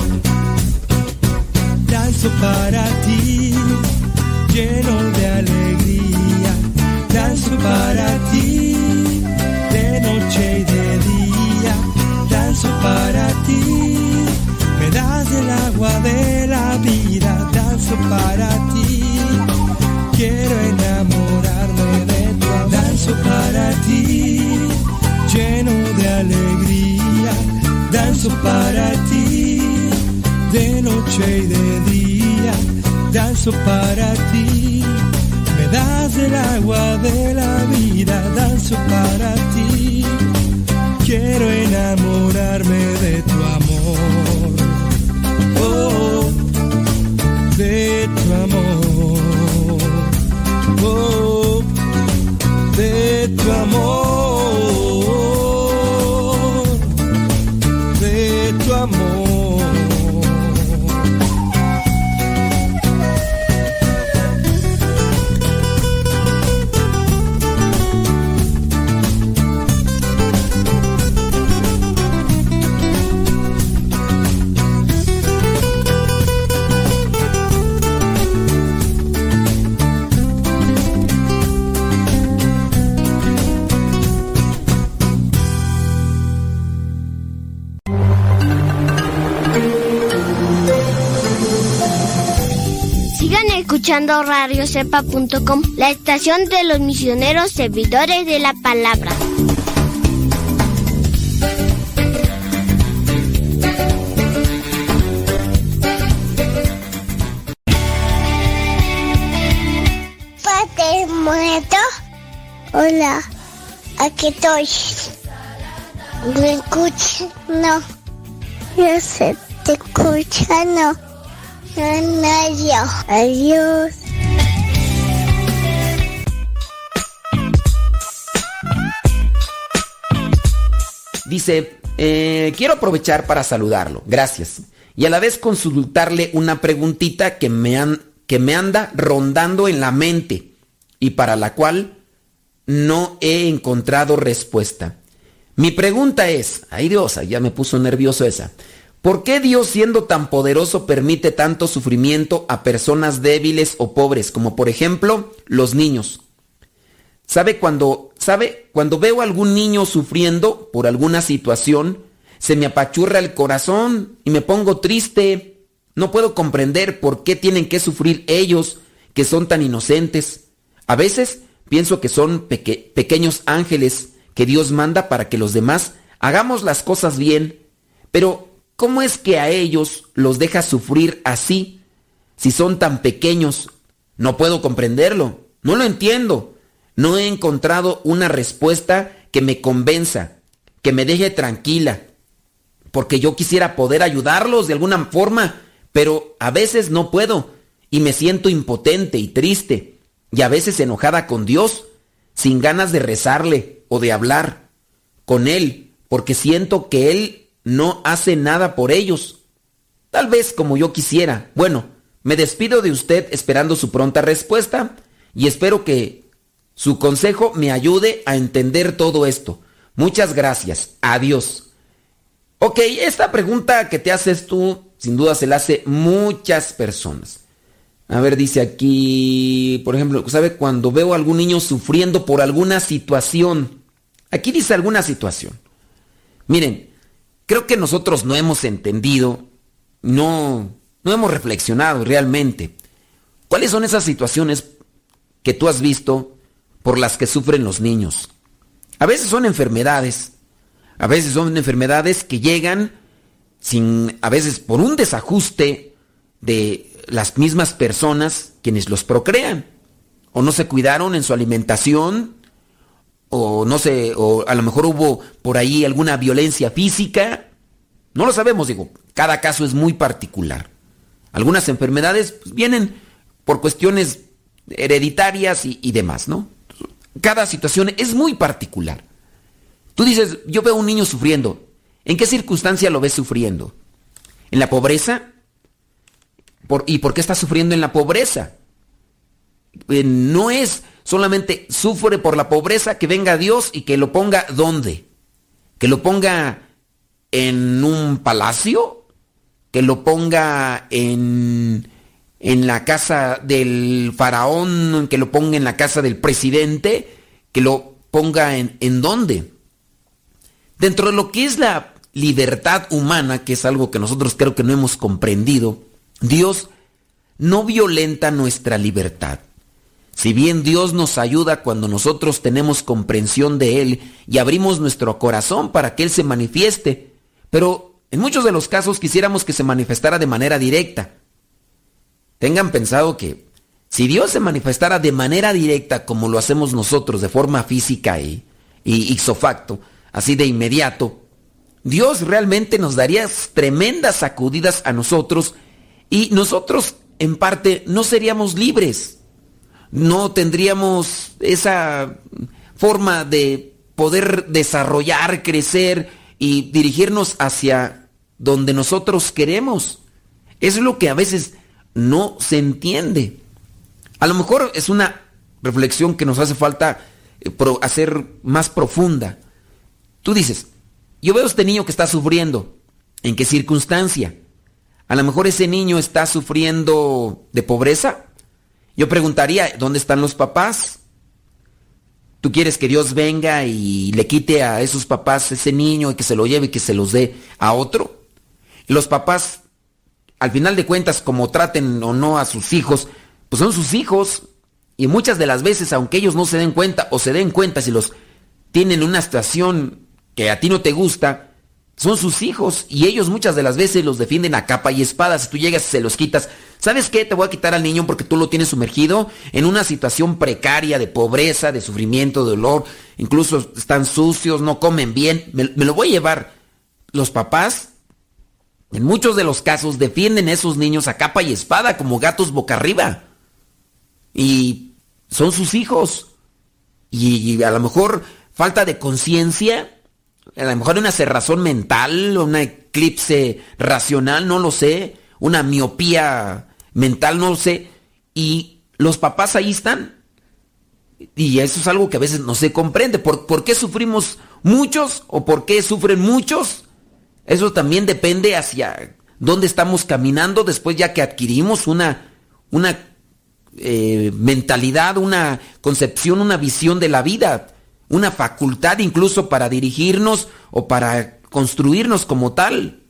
Danzo para ti, lleno de alegría. Danzo para ti, de noche y de día. Danzo para ti, me das el agua de la vida. Danzo para ti, quiero enamorarme de tu amor. Danzo para ti, lleno de alegría. Danzo para ti, de noche y de día. Danzo para ti, me das el agua de la vida. Danzo para ti, quiero enamorarme de tu amor. Oh, de tu amor. Oh, de tu amor, de tu amor. Escuchando radio sepa punto com, la estación de los misioneros servidores de la palabra. Hola, aquí estoy. ¿Me escuchas? No. Yo sé, te escucha, no. No, no, yo. Adiós. Dice, eh, quiero aprovechar para saludarlo, gracias. Y a la vez consultarle una preguntita que me, han, que me anda rondando en la mente y para la cual no he encontrado respuesta. Mi pregunta es, ay Dios, ya me puso nervioso esa. ¿Por qué Dios, siendo tan poderoso, permite tanto sufrimiento a personas débiles o pobres, como por ejemplo los niños? ¿Sabe cuando, sabe, cuando veo a algún niño sufriendo por alguna situación, se me apachurra el corazón y me pongo triste? No puedo comprender por qué tienen que sufrir ellos, que son tan inocentes. A veces pienso que son peque- pequeños ángeles que Dios manda para que los demás hagamos las cosas bien. Pero, ¿cómo es que a ellos los deja sufrir así, si son tan pequeños? No puedo comprenderlo, no lo entiendo. No he encontrado una respuesta que me convenza, que me deje tranquila, porque yo quisiera poder ayudarlos de alguna forma, pero a veces no puedo y me siento impotente y triste y a veces enojada con Dios, sin ganas de rezarle o de hablar con Él, porque siento que Él no hace nada por ellos, tal vez como yo quisiera. Bueno, me despido de usted esperando su pronta respuesta y espero que su consejo me ayude a entender todo esto. Muchas gracias. Adiós. Ok, esta pregunta que te haces tú, sin duda se la hace muchas personas. A ver, dice aquí, por ejemplo, ¿sabe? Cuando veo a algún niño sufriendo por alguna situación. Aquí dice alguna situación. Miren, creo que nosotros no hemos entendido, no, no hemos reflexionado realmente. ¿Cuáles son esas situaciones que tú has visto por las que sufren los niños? A veces son enfermedades, a veces son enfermedades que llegan sin, a veces por un desajuste de las mismas personas quienes los procrean, o no se cuidaron en su alimentación, o no sé, o a lo mejor hubo por ahí alguna violencia física, no lo sabemos, digo, cada caso es muy particular. Algunas enfermedades pues, vienen por cuestiones hereditarias y, y demás, ¿no? Cada situación es muy particular. Tú dices, yo veo a un niño sufriendo. ¿En qué circunstancia lo ves sufriendo? ¿En la pobreza? ¿Por, ¿Y por qué está sufriendo en la pobreza? Eh, no es solamente sufre por la pobreza, que venga Dios y que lo ponga ¿dónde? Que lo ponga en un palacio, que lo ponga en, en la casa del faraón, que lo ponga en la casa del presidente, que lo ponga en, ¿en dónde? Dentro de lo que es la libertad humana, que es algo que nosotros creo que no hemos comprendido, Dios no violenta nuestra libertad. Si bien Dios nos ayuda cuando nosotros tenemos comprensión de Él y abrimos nuestro corazón para que Él se manifieste, pero en muchos de los casos quisiéramos que se manifestara de manera directa. Tengan pensado que si Dios se manifestara de manera directa como lo hacemos nosotros, de forma física y, y ipso facto, así de inmediato, Dios realmente nos daría tremendas sacudidas a nosotros y nosotros en parte no seríamos libres. No tendríamos esa forma de poder desarrollar, crecer y dirigirnos hacia donde nosotros queremos. Es lo que a veces no se entiende. A lo mejor es una reflexión que nos hace falta hacer más profunda. Tú dices, yo veo a este niño que está sufriendo. ¿En qué circunstancia? A lo mejor ese niño está sufriendo de pobreza. Yo preguntaría, ¿dónde están los papás? ¿Tú quieres que Dios venga y le quite a esos papás ese niño y que se lo lleve y que se los dé a otro? Y los papás, al final de cuentas, como traten o no a sus hijos, pues son sus hijos. Y muchas de las veces, aunque ellos no se den cuenta o se den cuenta si los tienen en una situación que a ti no te gusta, Son sus hijos y ellos muchas de las veces los defienden a capa y espada. Si tú llegas y se los quitas, ¿sabes qué? Te voy a quitar al niño porque tú lo tienes sumergido en una situación precaria de pobreza, de sufrimiento, de dolor. Incluso están sucios, no comen bien. Me, me lo voy a llevar. Los papás, en muchos de los casos, defienden a esos niños a capa y espada como gatos boca arriba. Y son sus hijos. Y, y a lo mejor falta de conciencia. A lo mejor una cerrazón mental, una eclipse racional, no lo sé, una miopía mental, no lo sé, y los papás ahí están. Y eso es algo que a veces no se comprende. ¿Por, por qué sufrimos muchos o por qué sufren muchos? Eso también depende hacia dónde estamos caminando después ya que adquirimos una, una eh, mentalidad, una concepción, una visión de la vida. Una facultad incluso para dirigirnos o para construirnos como tal.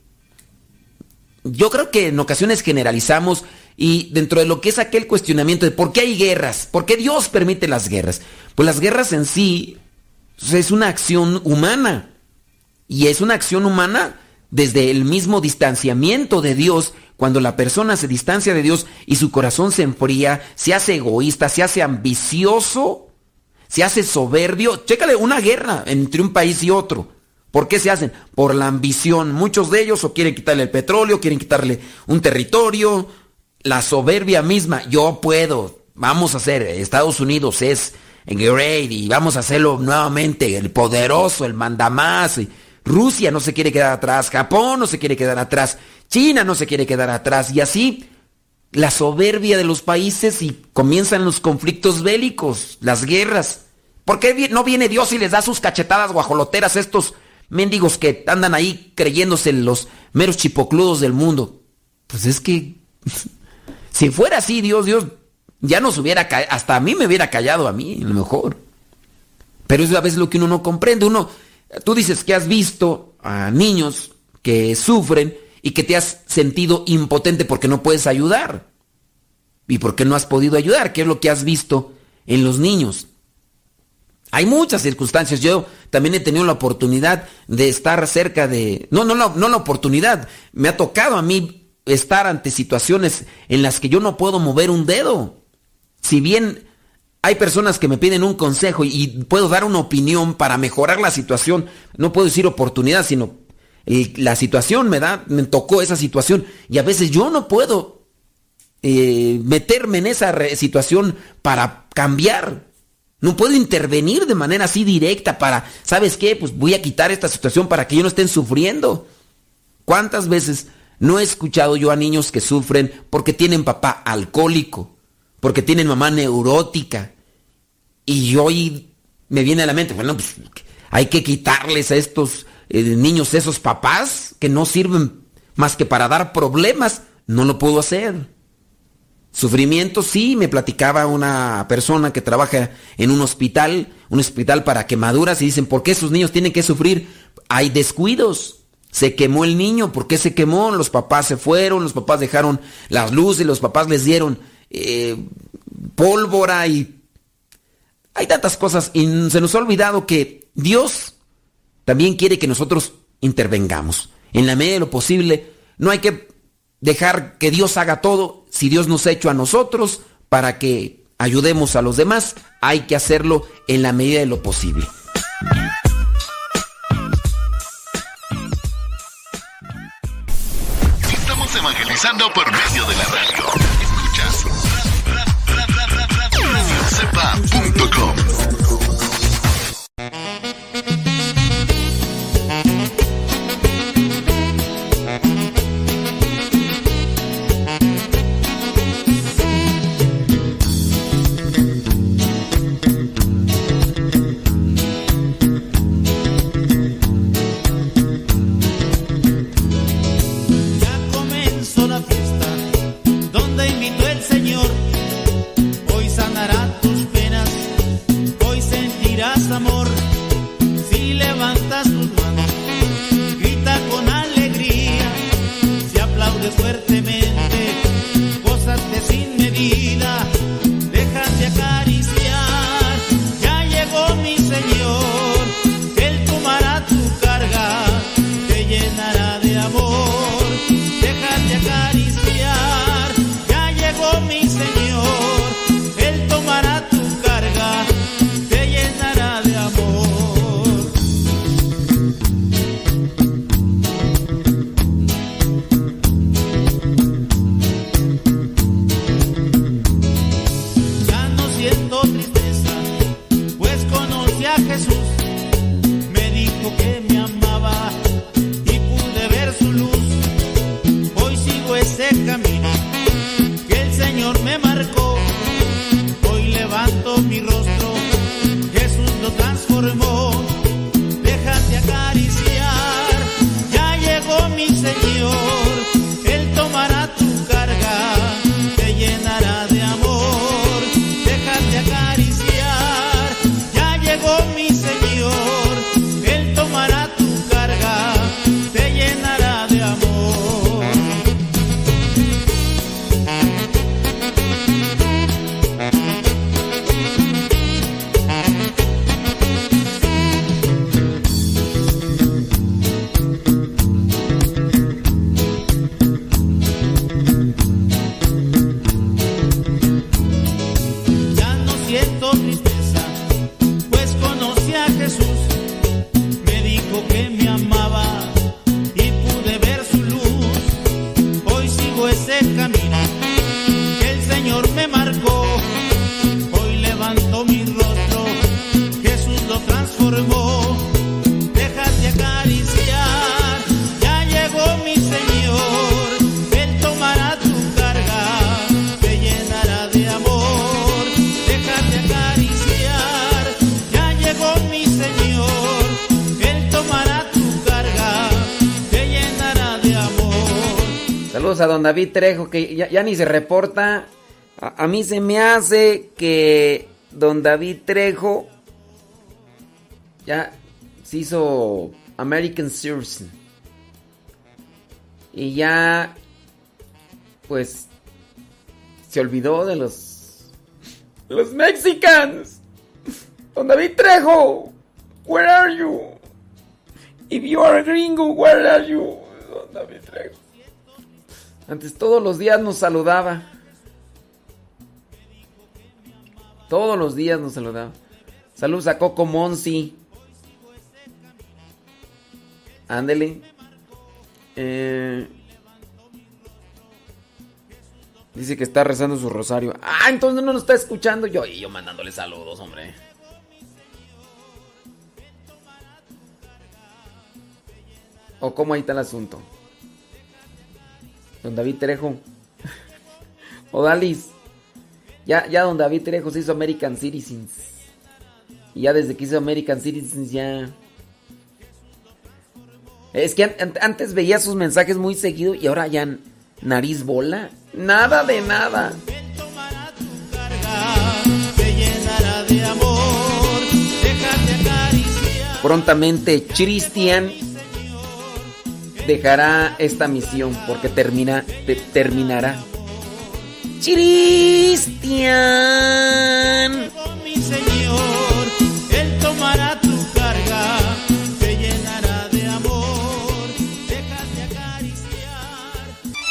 Yo creo que en ocasiones generalizamos y dentro de lo que es aquel cuestionamiento de por qué hay guerras, por qué Dios permite las guerras. Pues las guerras en sí es una acción humana y es una acción humana desde el mismo distanciamiento de Dios. Cuando la persona se distancia de Dios y su corazón se enfría, se hace egoísta, se hace ambicioso, se hace soberbio. Chécale una guerra entre un país y otro. ¿Por qué se hacen? Por la ambición. Muchos de ellos o quieren quitarle el petróleo, quieren quitarle un territorio. La soberbia misma. Yo puedo. Vamos a hacer. Estados Unidos es great y vamos a hacerlo nuevamente. El poderoso, el mandamás. Rusia no se quiere quedar atrás. Japón no se quiere quedar atrás. China no se quiere quedar atrás. Y así la soberbia de los países y comienzan los conflictos bélicos, las guerras. ¿Por qué no viene Dios y les da sus cachetadas guajoloteras a estos mendigos que andan ahí creyéndose los meros chipocludos del mundo? Pues es que si fuera así, Dios, Dios ya nos hubiera callado, hasta a mí me hubiera callado a mí, a lo mejor. Pero es a veces lo que uno no comprende. Uno, tú dices que has visto a niños que sufren y que te has sentido impotente porque no puedes ayudar. ¿Y por qué no has podido ayudar? ¿Qué es lo que has visto en los niños? Hay muchas circunstancias. Yo también he tenido la oportunidad de estar cerca de... No, no, no, no la oportunidad. Me ha tocado a mí estar ante situaciones en las que yo no puedo mover un dedo. Si bien hay personas que me piden un consejo y puedo dar una opinión para mejorar la situación, no puedo decir oportunidad, sino... la situación me da, me tocó esa situación y a veces yo no puedo eh, meterme en esa re- situación para cambiar. No puedo intervenir de manera así directa para, ¿sabes qué? Pues voy a quitar esta situación para que ellos no estén sufriendo. ¿Cuántas veces no he escuchado yo a niños que sufren porque tienen papá alcohólico, porque tienen mamá neurótica? Y hoy me viene a la mente, bueno, pues hay que quitarles a estos eh, niños esos papás que no sirven más que para dar problemas. No lo puedo hacer. Sufrimiento, sí, me platicaba una persona que trabaja en un hospital, un hospital para quemaduras, y dicen, ¿por qué esos niños tienen que sufrir? Hay descuidos. Se quemó el niño, ¿por qué se quemó? Los papás se fueron, los papás dejaron las luces, los papás les dieron eh, pólvora y hay tantas cosas. Y se nos ha olvidado que Dios también quiere que nosotros intervengamos. En la medida de lo posible, no hay que dejar que Dios haga todo. Si Dios nos ha hecho a nosotros para que ayudemos a los demás, hay que hacerlo en la medida de lo posible. Estamos evangelizando por medio de la radio. Escuchas radio sepa punto com. Amor, si levantas tus manos, grita con alegría, si aplaudes fuertemente, gózate sin medida, déjate acariciar, ya llegó mi Señor, Él tomará tu carga, te llevará ese camino que el Señor me marcó. Hoy levanto mi rostro, Jesús lo transformó. Déjate acariciar, ya llegó mi Señor. Él tomará tu carga, te llenará de amor. Déjate acariciar, ya llegó mi Señor. Él tomará tu carga, te llenará de amor. Ya no siento tristeza, pues conocí a Jesús. Me dijo que me amaba y pude ver su luz. Hoy sigo ese camino que el Señor me marcó. Hoy levanto mi rostro, Jesús lo transformó. Déjate acariciar, ya llegó mi Señor. Él tomará tu carga, te llenará de amor. Déjate acariciar, ya llegó mi Señor. Él tomará tu carga, te llenará de amor. Saludos a don David Trejo, que ya, ya ni se reporta. A, a mí se me hace que don David Trejo ya se hizo American Citizen. Y ya, pues, se olvidó de los, de los Mexicans. Don David Trejo, where are you? If you are a gringo, where are you? Don David Trejo. Antes todos los días nos saludaba. Todos los días nos saludaba. Saludos a Coco Monsi. Ándele. Eh, dice que está rezando su rosario. Ah, entonces no nos está escuchando. Yo, y yo mandándole saludos, hombre. ¿O cómo ahí está el asunto? Don David Trejo. O Dalis. Ya, ya don David Trejo se hizo American Citizens. Y ya desde que hizo American Citizens ya... Es que an- antes veía sus mensajes muy seguido y ahora ya nariz bola. Nada de nada. Te llenará de amor. Déjate acariciar. Prontamente Cristian dejará esta misión porque termina, te- terminará. Cristian. Mi Señor, Él tomará tu carga, te llenará de amor. Déjate acariciar.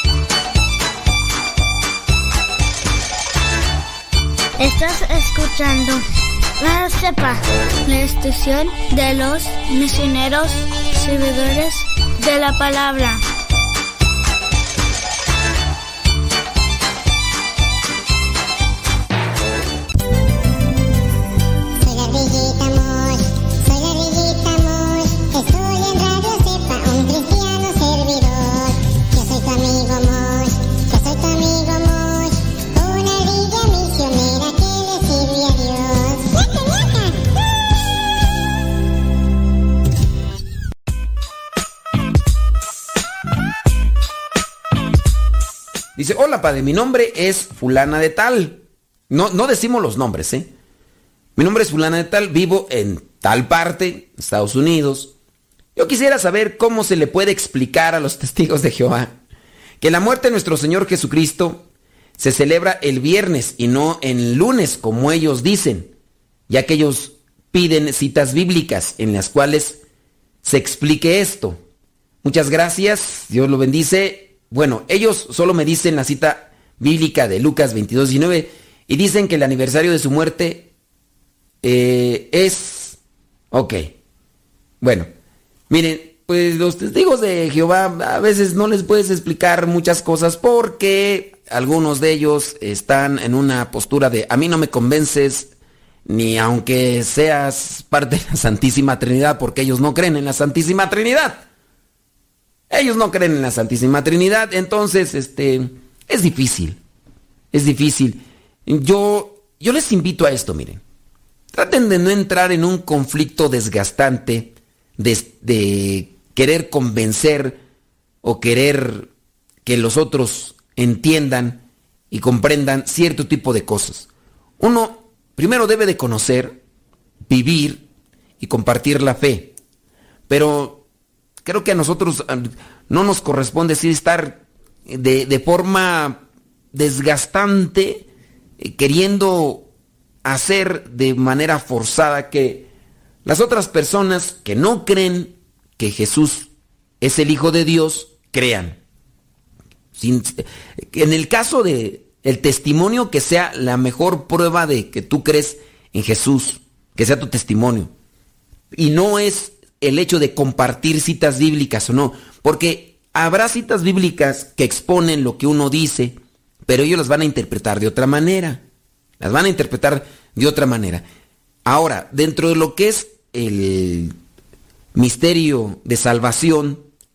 Estás escuchando La Cepa, la estación de los misioneros servidores de la palabra. Soy la Rillita Mosh, soy la Rillita Mosh, estoy en Radio Cepa, un cristiano servidor. Yo soy tu amigo Mosh, yo soy tu amigo Mosh, una ardilla misionera que le sirve a Dios. ¡Miaca, miaca! Dice, hola padre, mi nombre es fulana de tal. No, no decimos los nombres, ¿eh? Mi nombre es fulana de tal, vivo en tal parte, Estados Unidos. Yo quisiera saber cómo se le puede explicar a los testigos de Jehová que la muerte de nuestro Señor Jesucristo se celebra el viernes y no en lunes, como ellos dicen, ya que ellos piden citas bíblicas en las cuales se explique esto. Muchas gracias, Dios lo bendice. Bueno, ellos solo me dicen la cita bíblica de Lucas veintidós diecinueve y dicen que el aniversario de su muerte eh, es... Ok. Bueno, miren, pues los testigos de Jehová a veces no les puedes explicar muchas cosas porque algunos de ellos están en una postura de a mí no me convences ni aunque seas parte de la Santísima Trinidad porque ellos no creen en la Santísima Trinidad. Ellos no creen en la Santísima Trinidad, entonces este, es difícil, es difícil. Yo, yo les invito a esto, miren. Traten de no entrar en un conflicto desgastante de, de querer convencer o querer que los otros entiendan y comprendan cierto tipo de cosas. Uno primero debe de conocer, vivir y compartir la fe. Pero creo que a nosotros no nos corresponde así estar de, de forma desgastante eh, queriendo hacer de manera forzada que las otras personas que no creen que Jesús es el Hijo de Dios, crean. Sin, en el caso de el testimonio, que sea la mejor prueba de que tú crees en Jesús, que sea tu testimonio. Y no es el hecho de compartir citas bíblicas o no, porque habrá citas bíblicas que exponen lo que uno dice, pero ellos las van a interpretar de otra manera. Las van a interpretar de otra manera. Ahora, dentro de lo que es el misterio de salvación,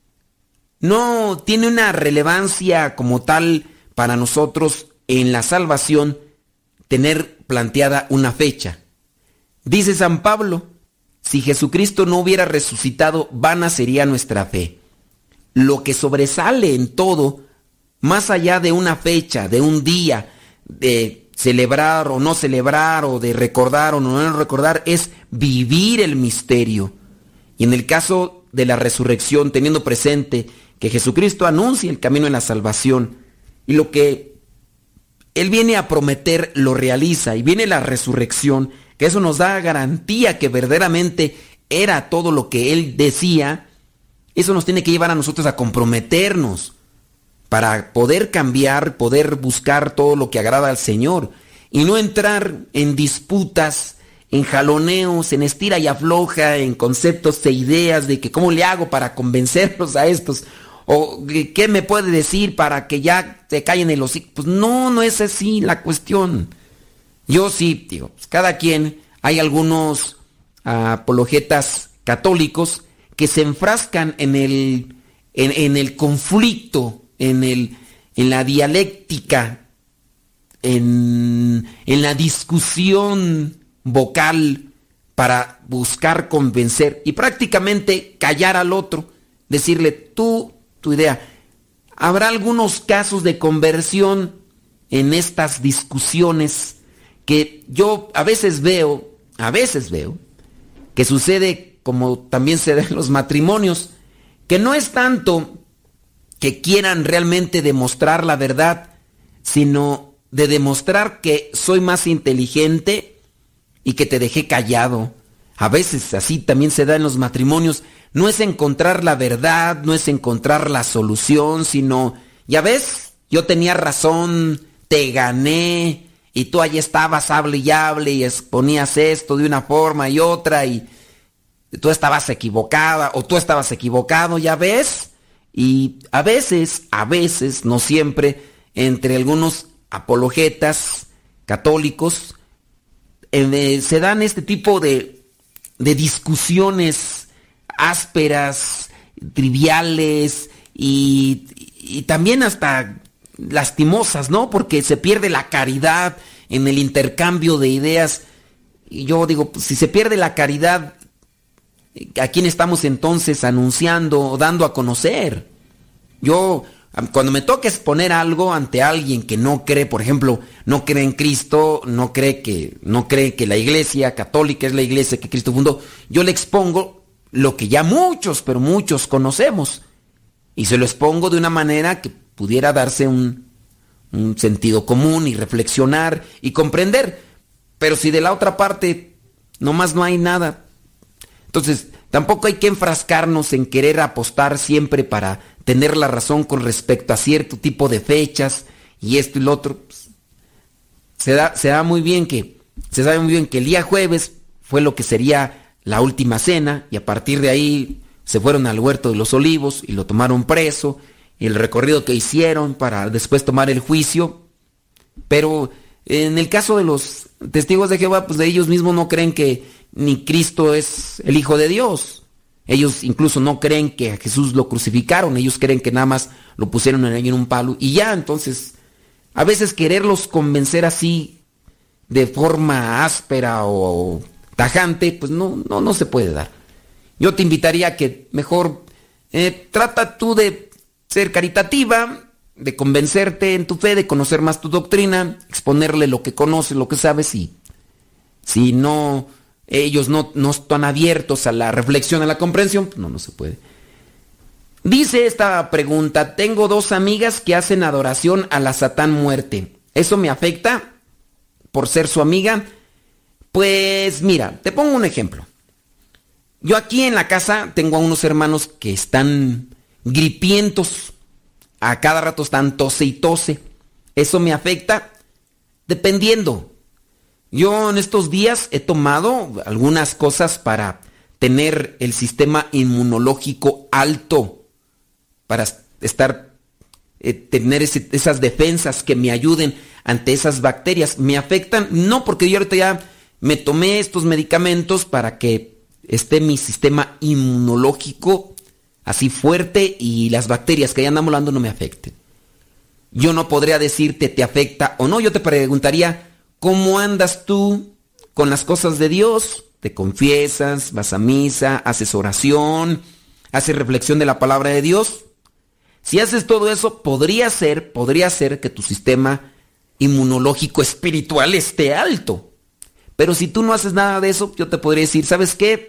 no tiene una relevancia como tal para nosotros en la salvación tener planteada una fecha. Dice San Pablo, si Jesucristo no hubiera resucitado, vana sería nuestra fe. Lo que sobresale en todo, más allá de una fecha, de un día, de celebrar o no celebrar, o de recordar o no recordar, es vivir el misterio. Y en el caso de la resurrección, teniendo presente que Jesucristo anuncia el camino en la salvación, y lo que Él viene a prometer lo realiza, y viene la resurrección, que eso nos da garantía que verdaderamente era todo lo que Él decía. Eso nos tiene que llevar a nosotros a comprometernos para poder cambiar, poder buscar todo lo que agrada al Señor y no entrar en disputas, en jaloneos, en estira y afloja, en conceptos e ideas de que cómo le hago para convencerlos a estos, o qué me puede decir para que ya se callen el hocico. Pues no, no es así la cuestión. Yo sí, digo, pues cada quien, hay algunos apologetas católicos que se enfrascan en el, en, en el conflicto, en, el, en la dialéctica, en, en la discusión vocal para buscar convencer y prácticamente callar al otro, decirle tú, tu idea. Habrá algunos casos de conversión en estas discusiones que yo a veces veo, a veces veo, que sucede como también se da en los matrimonios, que no es tanto que quieran realmente demostrar la verdad, sino de demostrar que soy más inteligente y que te dejé callado. A veces así también se da en los matrimonios. No es encontrar la verdad, no es encontrar la solución, sino, ya ves, yo tenía razón, te gané, y tú allí estabas, hable y hable, y exponías esto de una forma y otra, y tú estabas equivocada, o tú estabas equivocado, ya ves. Y a veces, a veces, no siempre, entre algunos apologetas católicos, eh, se dan este tipo de, de discusiones ásperas, triviales y, y también hasta lastimosas, ¿no? Porque se pierde la caridad en el intercambio de ideas. Y yo digo, pues, si se pierde la caridad, ¿a quién estamos entonces anunciando o dando a conocer? Yo, cuando me toca exponer algo ante alguien que no cree, por ejemplo, no cree en Cristo, no cree que, no cree que la iglesia católica es la iglesia que Cristo fundó, yo le expongo lo que ya muchos, pero muchos conocemos. Y se lo expongo de una manera que pudiera darse un, un sentido común y reflexionar y comprender. Pero si de la otra parte nomás no hay nada, entonces tampoco hay que enfrascarnos en querer apostar siempre para tener la razón con respecto a cierto tipo de fechas y esto y lo otro. Pues, se da, se da muy bien que, se sabe muy bien que el día jueves fue lo que sería la última cena, y a partir de ahí se fueron al Huerto de los Olivos y lo tomaron preso, y el recorrido que hicieron para después tomar el juicio. Pero en el caso de los testigos de Jehová, pues de ellos mismos no creen que ni Cristo es el Hijo de Dios. Ellos incluso no creen que a Jesús lo crucificaron, ellos creen que nada más lo pusieron en un palo y ya. Entonces, a veces quererlos convencer así de forma áspera o tajante, pues no, no, no se puede dar. Yo te invitaría a que mejor eh, trata tú de ser caritativa, de convencerte en tu fe, de conocer más tu doctrina, exponerle lo que conoces, lo que sabes, y si no, ellos no, no están abiertos a la reflexión, a la comprensión, no, no se puede. Dice esta pregunta: tengo dos amigas que hacen adoración a la Satán Muerte. ¿Eso me afecta por ser su amiga? Pues mira, te pongo un ejemplo. Yo aquí en la casa tengo a unos hermanos que están gripientos. A cada rato están tose y tose. ¿Eso me afecta? Dependiendo. Yo en estos días he tomado algunas cosas para tener el sistema inmunológico alto, para estar, eh, tener ese, esas defensas que me ayuden ante esas bacterias. ¿Me afectan? No, porque yo ahorita ya me tomé estos medicamentos para que esté mi sistema inmunológico así fuerte y las bacterias que ya andan volando no me afecten. Yo no podría decirte te afecta o no. Yo te preguntaría, ¿cómo andas tú con las cosas de Dios? ¿Te confiesas, vas a misa, haces oración, haces reflexión de la palabra de Dios? Si haces todo eso, podría ser, podría ser que tu sistema inmunológico espiritual esté alto. Pero si tú no haces nada de eso, yo te podría decir, ¿sabes qué?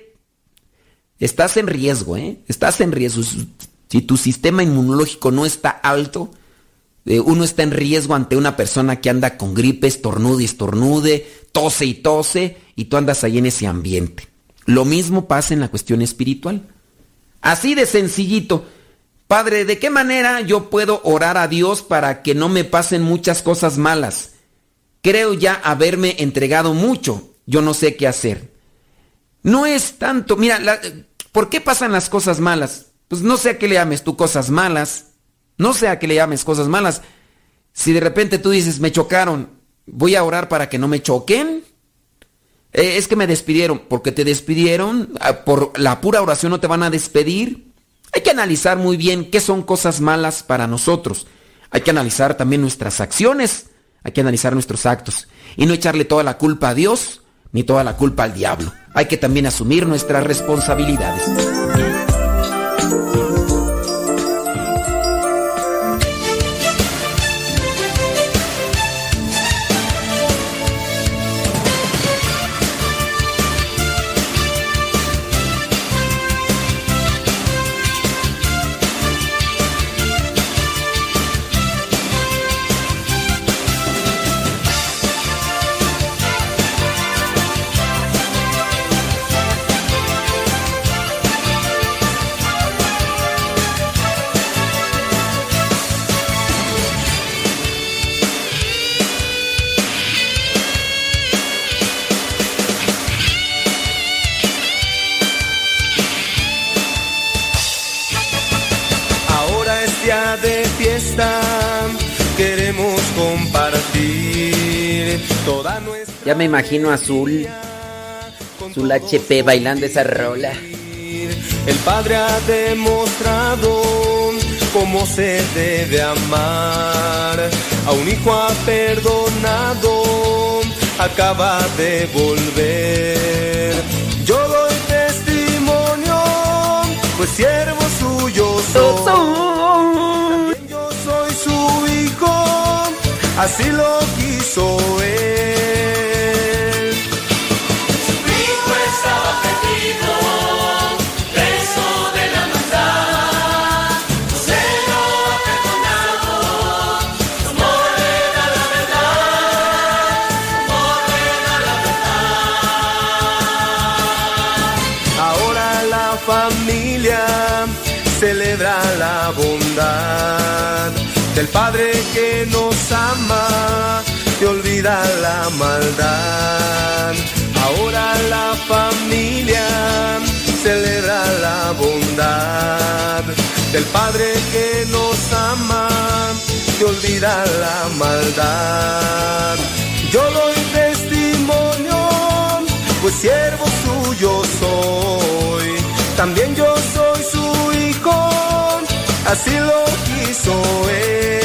Estás en riesgo, ¿eh? Estás en riesgo. Si tu sistema inmunológico no está alto, eh, uno está en riesgo ante una persona que anda con gripe, estornude y estornude, tose y tose, y tú andas ahí en ese ambiente. Lo mismo pasa en la cuestión espiritual. Así de sencillito. Padre, ¿de qué manera yo puedo orar a Dios para que no me pasen muchas cosas malas? Creo ya haberme entregado mucho. Yo no sé qué hacer. No es tanto, mira, la, ¿por qué pasan las cosas malas? Pues no sé a qué le llames tú cosas malas. No sé a qué le llames cosas malas. Si de repente tú dices, me chocaron, voy a orar para que no me choquen. Eh, es que me despidieron. Porque te despidieron, por la pura oración no te van a despedir. Hay que analizar muy bien qué son cosas malas para nosotros. Hay que analizar también nuestras acciones. Hay que analizar nuestros actos. Y no echarle toda la culpa a Dios, ni toda la culpa al diablo. Hay que también asumir nuestras responsabilidades. Queremos compartir toda nuestra. Ya me imagino a Azul, Azul H P bailando esa rola. El Padre ha demostrado cómo se debe amar. A un hijo ha perdonado, acaba de volver. Yo doy testimonio, pues siervo suyo soy. Así lo quiso él. Su hijo estaba perdido, preso de la maldad. Se lo ha perdonado, su amor era la verdad, su amor era la verdad. Ahora la familia celebra la bondad del Padre que nos ama, te olvida la maldad. Ahora la familia celebra la bondad del Padre que nos ama, te olvida la maldad. Yo doy testimonio, pues siervo suyo soy. también yo soy su hijo, así lo quiso él.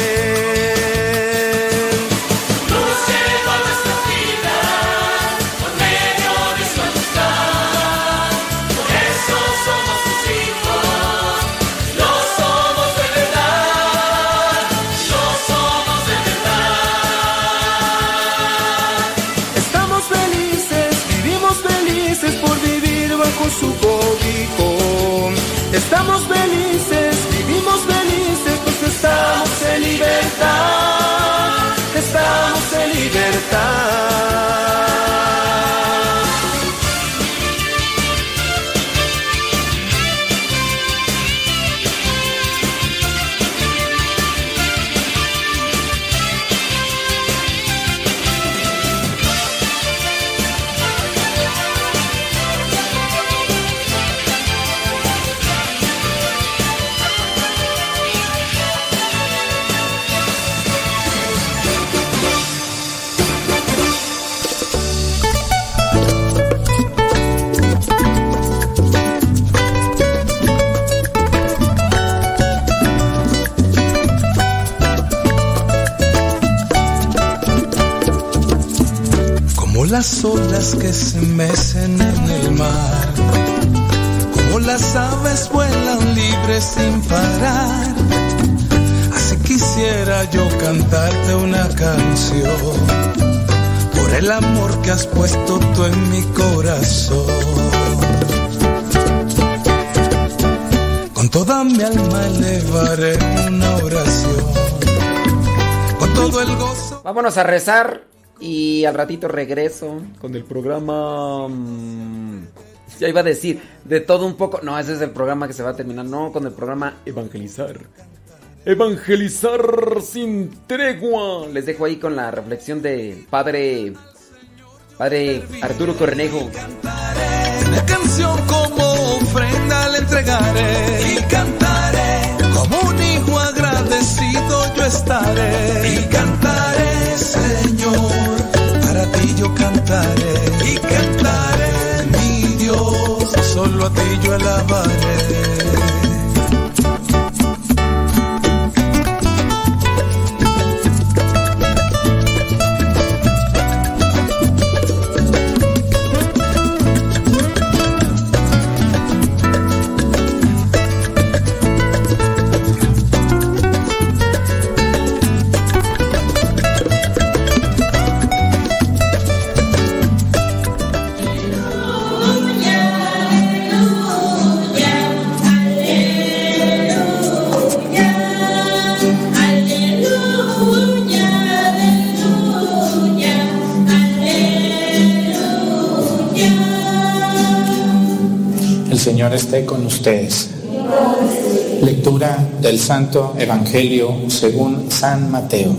Luz llegó a nuestras vidas por medio de su amistad, por eso somos sus hijos, lo somos de verdad, lo somos de verdad. Estamos felices, vivimos felices por vivir bajo su cobijo. Estamos felices, vivimos felices, pues estamos en libertad, estamos en libertad. Las olas que se mecen en el mar, como las aves vuelan libres sin parar. Así quisiera yo cantarte una canción, por el amor que has puesto tú en mi corazón. Con toda mi alma elevaré una oración, con todo el gozo. Vámonos a rezar. Y al ratito regreso con el programa... Mmm, ya iba a decir, de todo un poco. No, ese es el programa que se va a terminar. No, con el programa Evangelizar. Evangelizar sin tregua. Les dejo ahí con la reflexión de Padre... Padre Arturo Cornejo. La canción como ofrenda le entregaré. Y cantaré como un hijo agradecido yo estaré. Y cantaré, Señor, para ti yo cantaré. Y cantaré, mi Dios, solo a ti yo alabaré. Señor esté con ustedes. Lectura del Santo Evangelio según San Mateo.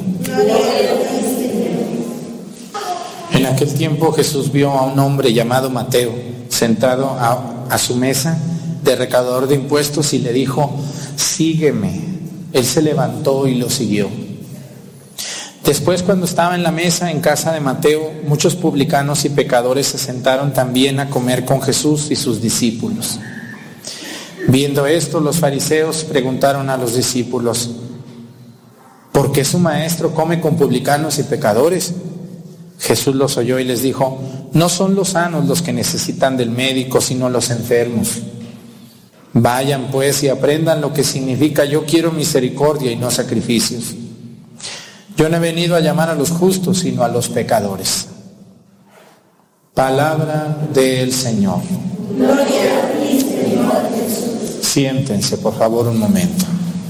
En aquel tiempo Jesús vio a un hombre llamado Mateo sentado a, a su mesa de recaudador de impuestos y le dijo: sígueme. Él se levantó y lo siguió. Después, cuando estaba en la mesa en casa de Mateo, muchos publicanos y pecadores se sentaron también a comer con Jesús y sus discípulos. Viendo esto, los fariseos preguntaron a los discípulos: ¿por qué su maestro come con publicanos y pecadores? Jesús los oyó y les dijo: no son los sanos los que necesitan del médico, sino los enfermos. Vayan pues y aprendan lo que significa: yo quiero misericordia y no sacrificios. Yo no he venido a llamar a los justos, sino a los pecadores. Palabra del Señor. Gloria a ti, Señor Jesús. Siéntense, por favor, un momento.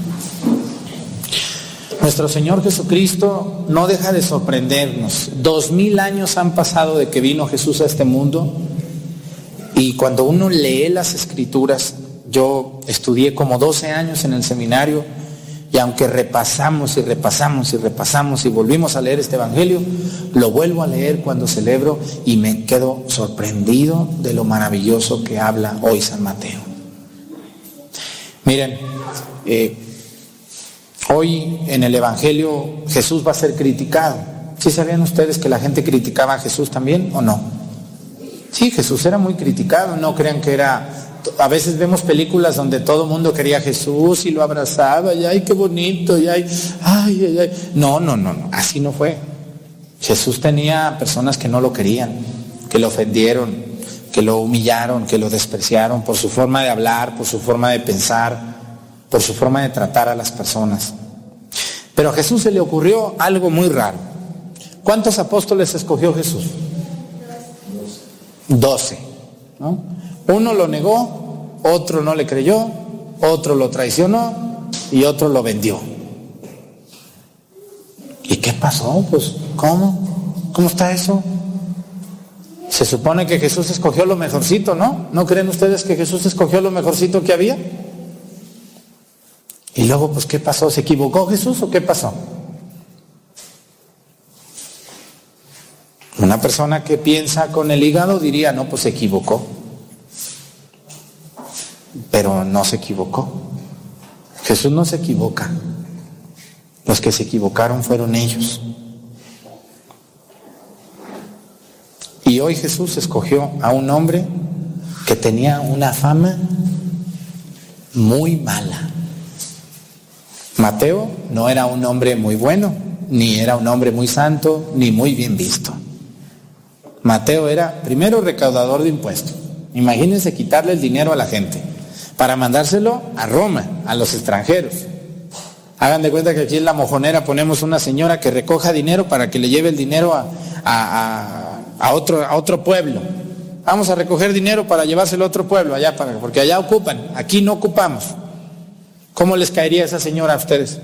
Nuestro Señor Jesucristo no deja de sorprendernos. Dos mil años han pasado de que vino Jesús a este mundo, y cuando uno lee las Escrituras, yo estudié como doce años en el seminario, y aunque repasamos y repasamos y repasamos y volvimos a leer este Evangelio, lo vuelvo a leer cuando celebro y me quedo sorprendido de lo maravilloso que habla hoy San Mateo. Miren, eh, hoy en el Evangelio Jesús va a ser criticado. ¿Sí sabían ustedes que la gente criticaba a Jesús también o no? Sí, Jesús era muy criticado. No crean que era A veces vemos películas donde todo el mundo quería a Jesús y lo abrazaba, y ay, qué bonito, y ay, ay, ay, ay. No, no, no, no, así no fue. Jesús tenía personas que no lo querían, que lo ofendieron, que lo humillaron, que lo despreciaron por su forma de hablar, por su forma de pensar, por su forma de tratar a las personas. Pero a Jesús se le ocurrió algo muy raro. ¿Cuántos apóstoles escogió Jesús? Doce, ¿no? Uno lo negó, otro no le creyó, otro lo traicionó y otro lo vendió. ¿Y qué pasó? Pues, ¿cómo? ¿Cómo está eso? Se supone que Jesús escogió lo mejorcito, ¿no? ¿No creen ustedes que Jesús escogió lo mejorcito que había? Y luego, pues, ¿qué pasó? ¿Se equivocó Jesús o qué pasó? Una persona que piensa con el hígado diría, no, pues se equivocó. Pero no se equivocó. Jesús no se equivoca. Los que se equivocaron fueron ellos. Y hoy Jesús escogió a un hombre que tenía una fama muy mala. Mateo no era un hombre muy bueno, ni era un hombre muy santo, ni muy bien visto. Mateo era primero recaudador de impuestos. Imagínense quitarle el dinero a la gente para mandárselo a Roma, a los extranjeros. Hagan de cuenta que aquí en La Mojonera ponemos una señora que recoja dinero para que le lleve el dinero a, a, a, a, otro, a otro pueblo. Vamos a recoger dinero para llevárselo a otro pueblo, allá para, porque allá ocupan, aquí no ocupamos. ¿Cómo les caería esa señora a ustedes?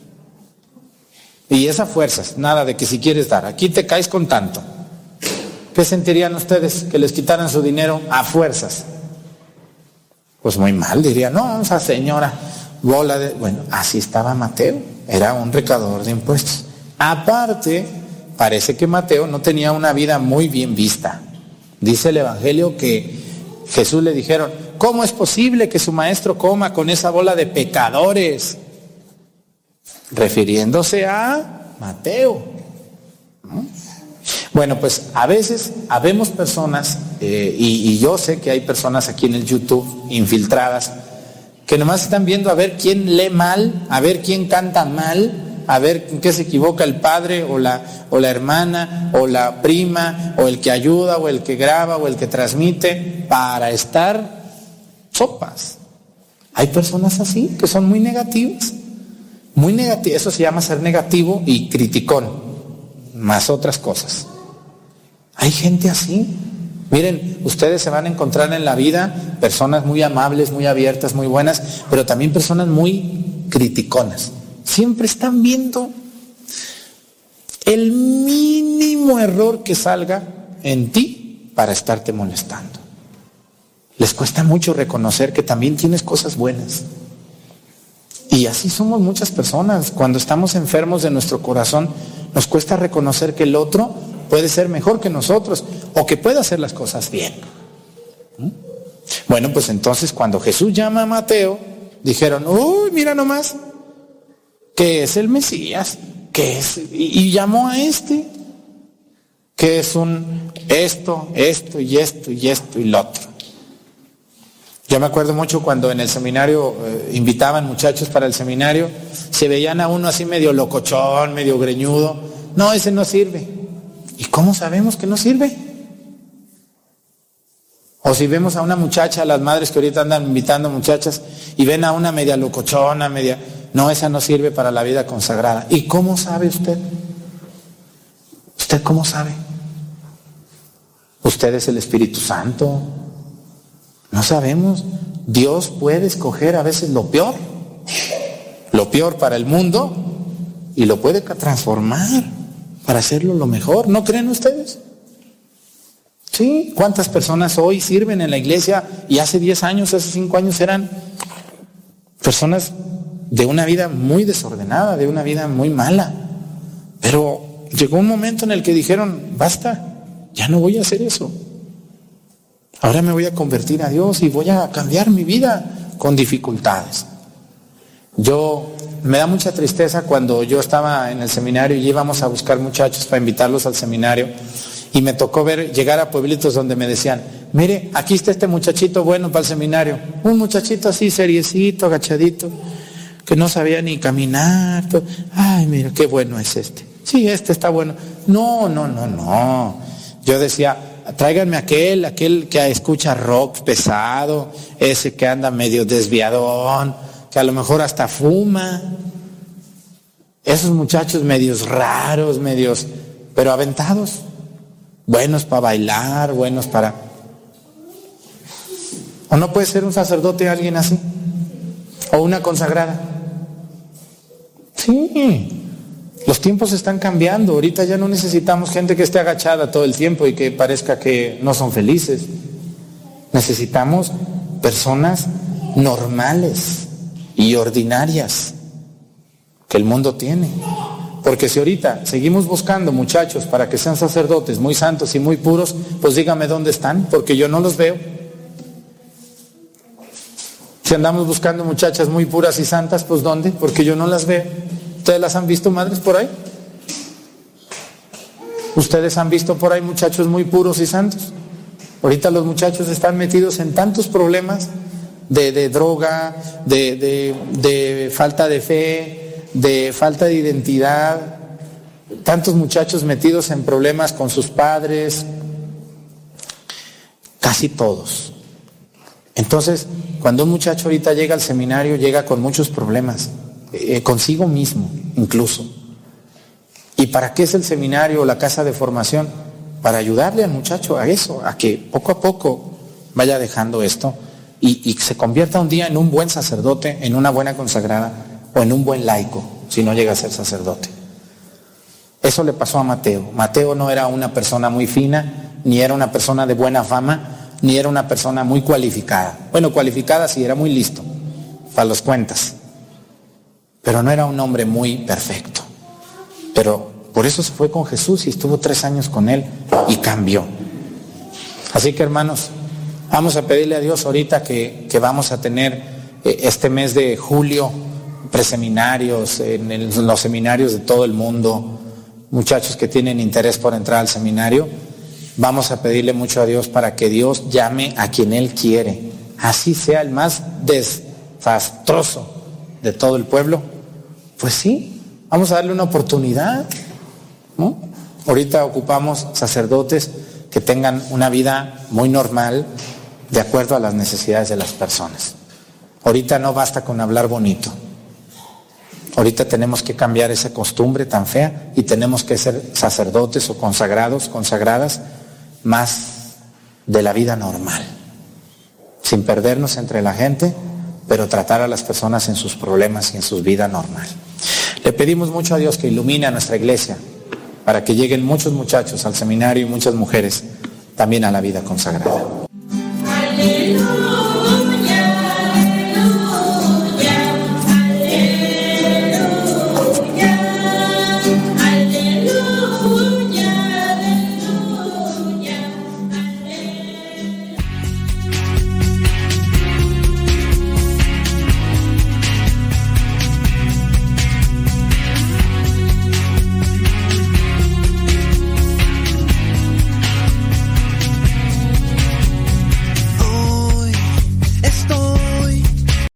Y esas fuerzas, nada de que si quieres dar, aquí te caes con tanto. ¿Qué sentirían ustedes que les quitaran su dinero a fuerzas? Pues muy mal, diría, no, esa señora, bola de... Bueno, así estaba Mateo, era un recaudador de impuestos. Aparte, parece que Mateo no tenía una vida muy bien vista. Dice el Evangelio que Jesús le dijeron, ¿cómo es posible que su maestro coma con esa bola de pecadores? Refiriéndose a Mateo, ¿no? Bueno, pues a veces habemos personas, eh, y, y yo sé que hay personas aquí en el YouTube infiltradas, que nomás están viendo a ver quién lee mal, a ver quién canta mal, a ver en qué se equivoca el padre o la, o la hermana o la prima o el que ayuda o el que graba o el que transmite para estar sopas. Hay personas así que son muy negativas, muy negativas. Eso se llama ser negativo y criticón, más otras cosas. Hay gente así. Miren, ustedes se van a encontrar en la vida personas muy amables, muy abiertas, muy buenas, pero también personas muy criticonas. Siempre están viendo el mínimo error que salga en ti para estarte molestando. Les cuesta mucho reconocer que también tienes cosas buenas. Y así somos muchas personas. Cuando estamos enfermos de nuestro corazón, nos cuesta reconocer que el otro puede ser mejor que nosotros o que puede hacer las cosas bien. ¿Mm? Bueno, pues entonces cuando Jesús llama a Mateo, dijeron, uy, mira nomás, que es el Mesías, que es, y, y llamó a este, que es un esto, esto y esto y esto y lo otro. Yo me acuerdo mucho cuando en el seminario eh, invitaban muchachos para el seminario, se veían a uno así medio locochón, medio greñudo, no, ese no sirve. ¿Y cómo sabemos que no sirve? O si vemos a una muchacha, las madres que ahorita andan invitando muchachas, y ven a una media locochona, media... No, esa no sirve para la vida consagrada. ¿Y cómo sabe usted? ¿Usted cómo sabe? ¿Usted es el Espíritu Santo? No sabemos. Dios puede escoger a veces lo peor, lo peor para el mundo, y lo puede transformar para hacerlo lo mejor. ¿No creen ustedes? Sí. ¿Cuántas personas hoy sirven en la iglesia y hace diez años, hace cinco años eran personas de una vida muy desordenada, de una vida muy mala? Pero llegó un momento en el que dijeron, basta, ya no voy a hacer eso. Ahora me voy a convertir a Dios y voy a cambiar mi vida con dificultades. Yo, me da mucha tristeza cuando yo estaba en el seminario y íbamos a buscar muchachos para invitarlos al seminario, Y me tocó ver, llegar a pueblitos donde me decían, mire, aquí está este muchachito bueno para el seminario. Un muchachito así, seriecito, agachadito, que no sabía ni caminar. Todo. Ay, mira, qué bueno es este. Sí, este está bueno. No, no, no, no. Yo decía, tráiganme aquel, aquel que escucha rock pesado, ese que anda medio desviadón, que a lo mejor hasta fuma. Esos muchachos medios raros, medios, pero aventados. Buenos para bailar, buenos para... ¿O no puede ser un sacerdote alguien así? ¿O una consagrada? Sí. Los tiempos están cambiando. Ahorita ya no necesitamos gente que esté agachada todo el tiempo y que parezca que no son felices. Necesitamos personas normales y ordinarias que el mundo tiene. Porque si ahorita seguimos buscando muchachos para que sean sacerdotes muy santos y muy puros, pues dígame dónde están, porque yo no los veo. Si andamos buscando muchachas muy puras y santas, pues ¿dónde? Porque yo no las veo. ¿Ustedes las han visto, madres, por ahí? ¿Ustedes han visto por ahí muchachos muy puros y santos? Ahorita los muchachos están metidos en tantos problemas de, de droga, de, de, de falta de fe, de falta de identidad, tantos muchachos metidos en problemas con sus padres, casi todos. Entonces, cuando un muchacho ahorita llega al seminario, llega con muchos problemas, eh, consigo mismo incluso. ¿Y para qué es el seminario o la casa de formación? Para ayudarle al muchacho a eso, a que poco a poco vaya dejando esto y, y se convierta un día en un buen sacerdote, en una buena consagrada o en un buen laico, si no llega a ser sacerdote. Eso le pasó a Mateo. Mateo no era una persona muy fina, ni era una persona de buena fama, ni era una persona muy cualificada. Bueno, cualificada sí, era muy listo, para los cuentas. Pero no era un hombre muy perfecto. Pero por eso se fue con Jesús y estuvo tres años con él y cambió. Así que, hermanos, vamos a pedirle a Dios ahorita que, que vamos a tener este mes de julio preseminarios, en, el, en los seminarios de todo el mundo, muchachos que tienen interés por entrar al seminario. Vamos a pedirle mucho a Dios para que Dios llame a quien Él quiere, así sea el más desastroso de todo el pueblo. Pues sí, vamos a darle una oportunidad, ¿no? Ahorita ocupamos sacerdotes que tengan una vida muy normal, de acuerdo a las necesidades de las personas. Ahorita no basta con hablar bonito. Ahorita tenemos que cambiar esa costumbre tan fea y tenemos que ser sacerdotes o consagrados, consagradas, más de la vida normal, sin perdernos entre la gente, pero tratar a las personas en sus problemas y en su vida normal. Le pedimos mucho a Dios que ilumine a nuestra iglesia para que lleguen muchos muchachos al seminario y muchas mujeres también a la vida consagrada.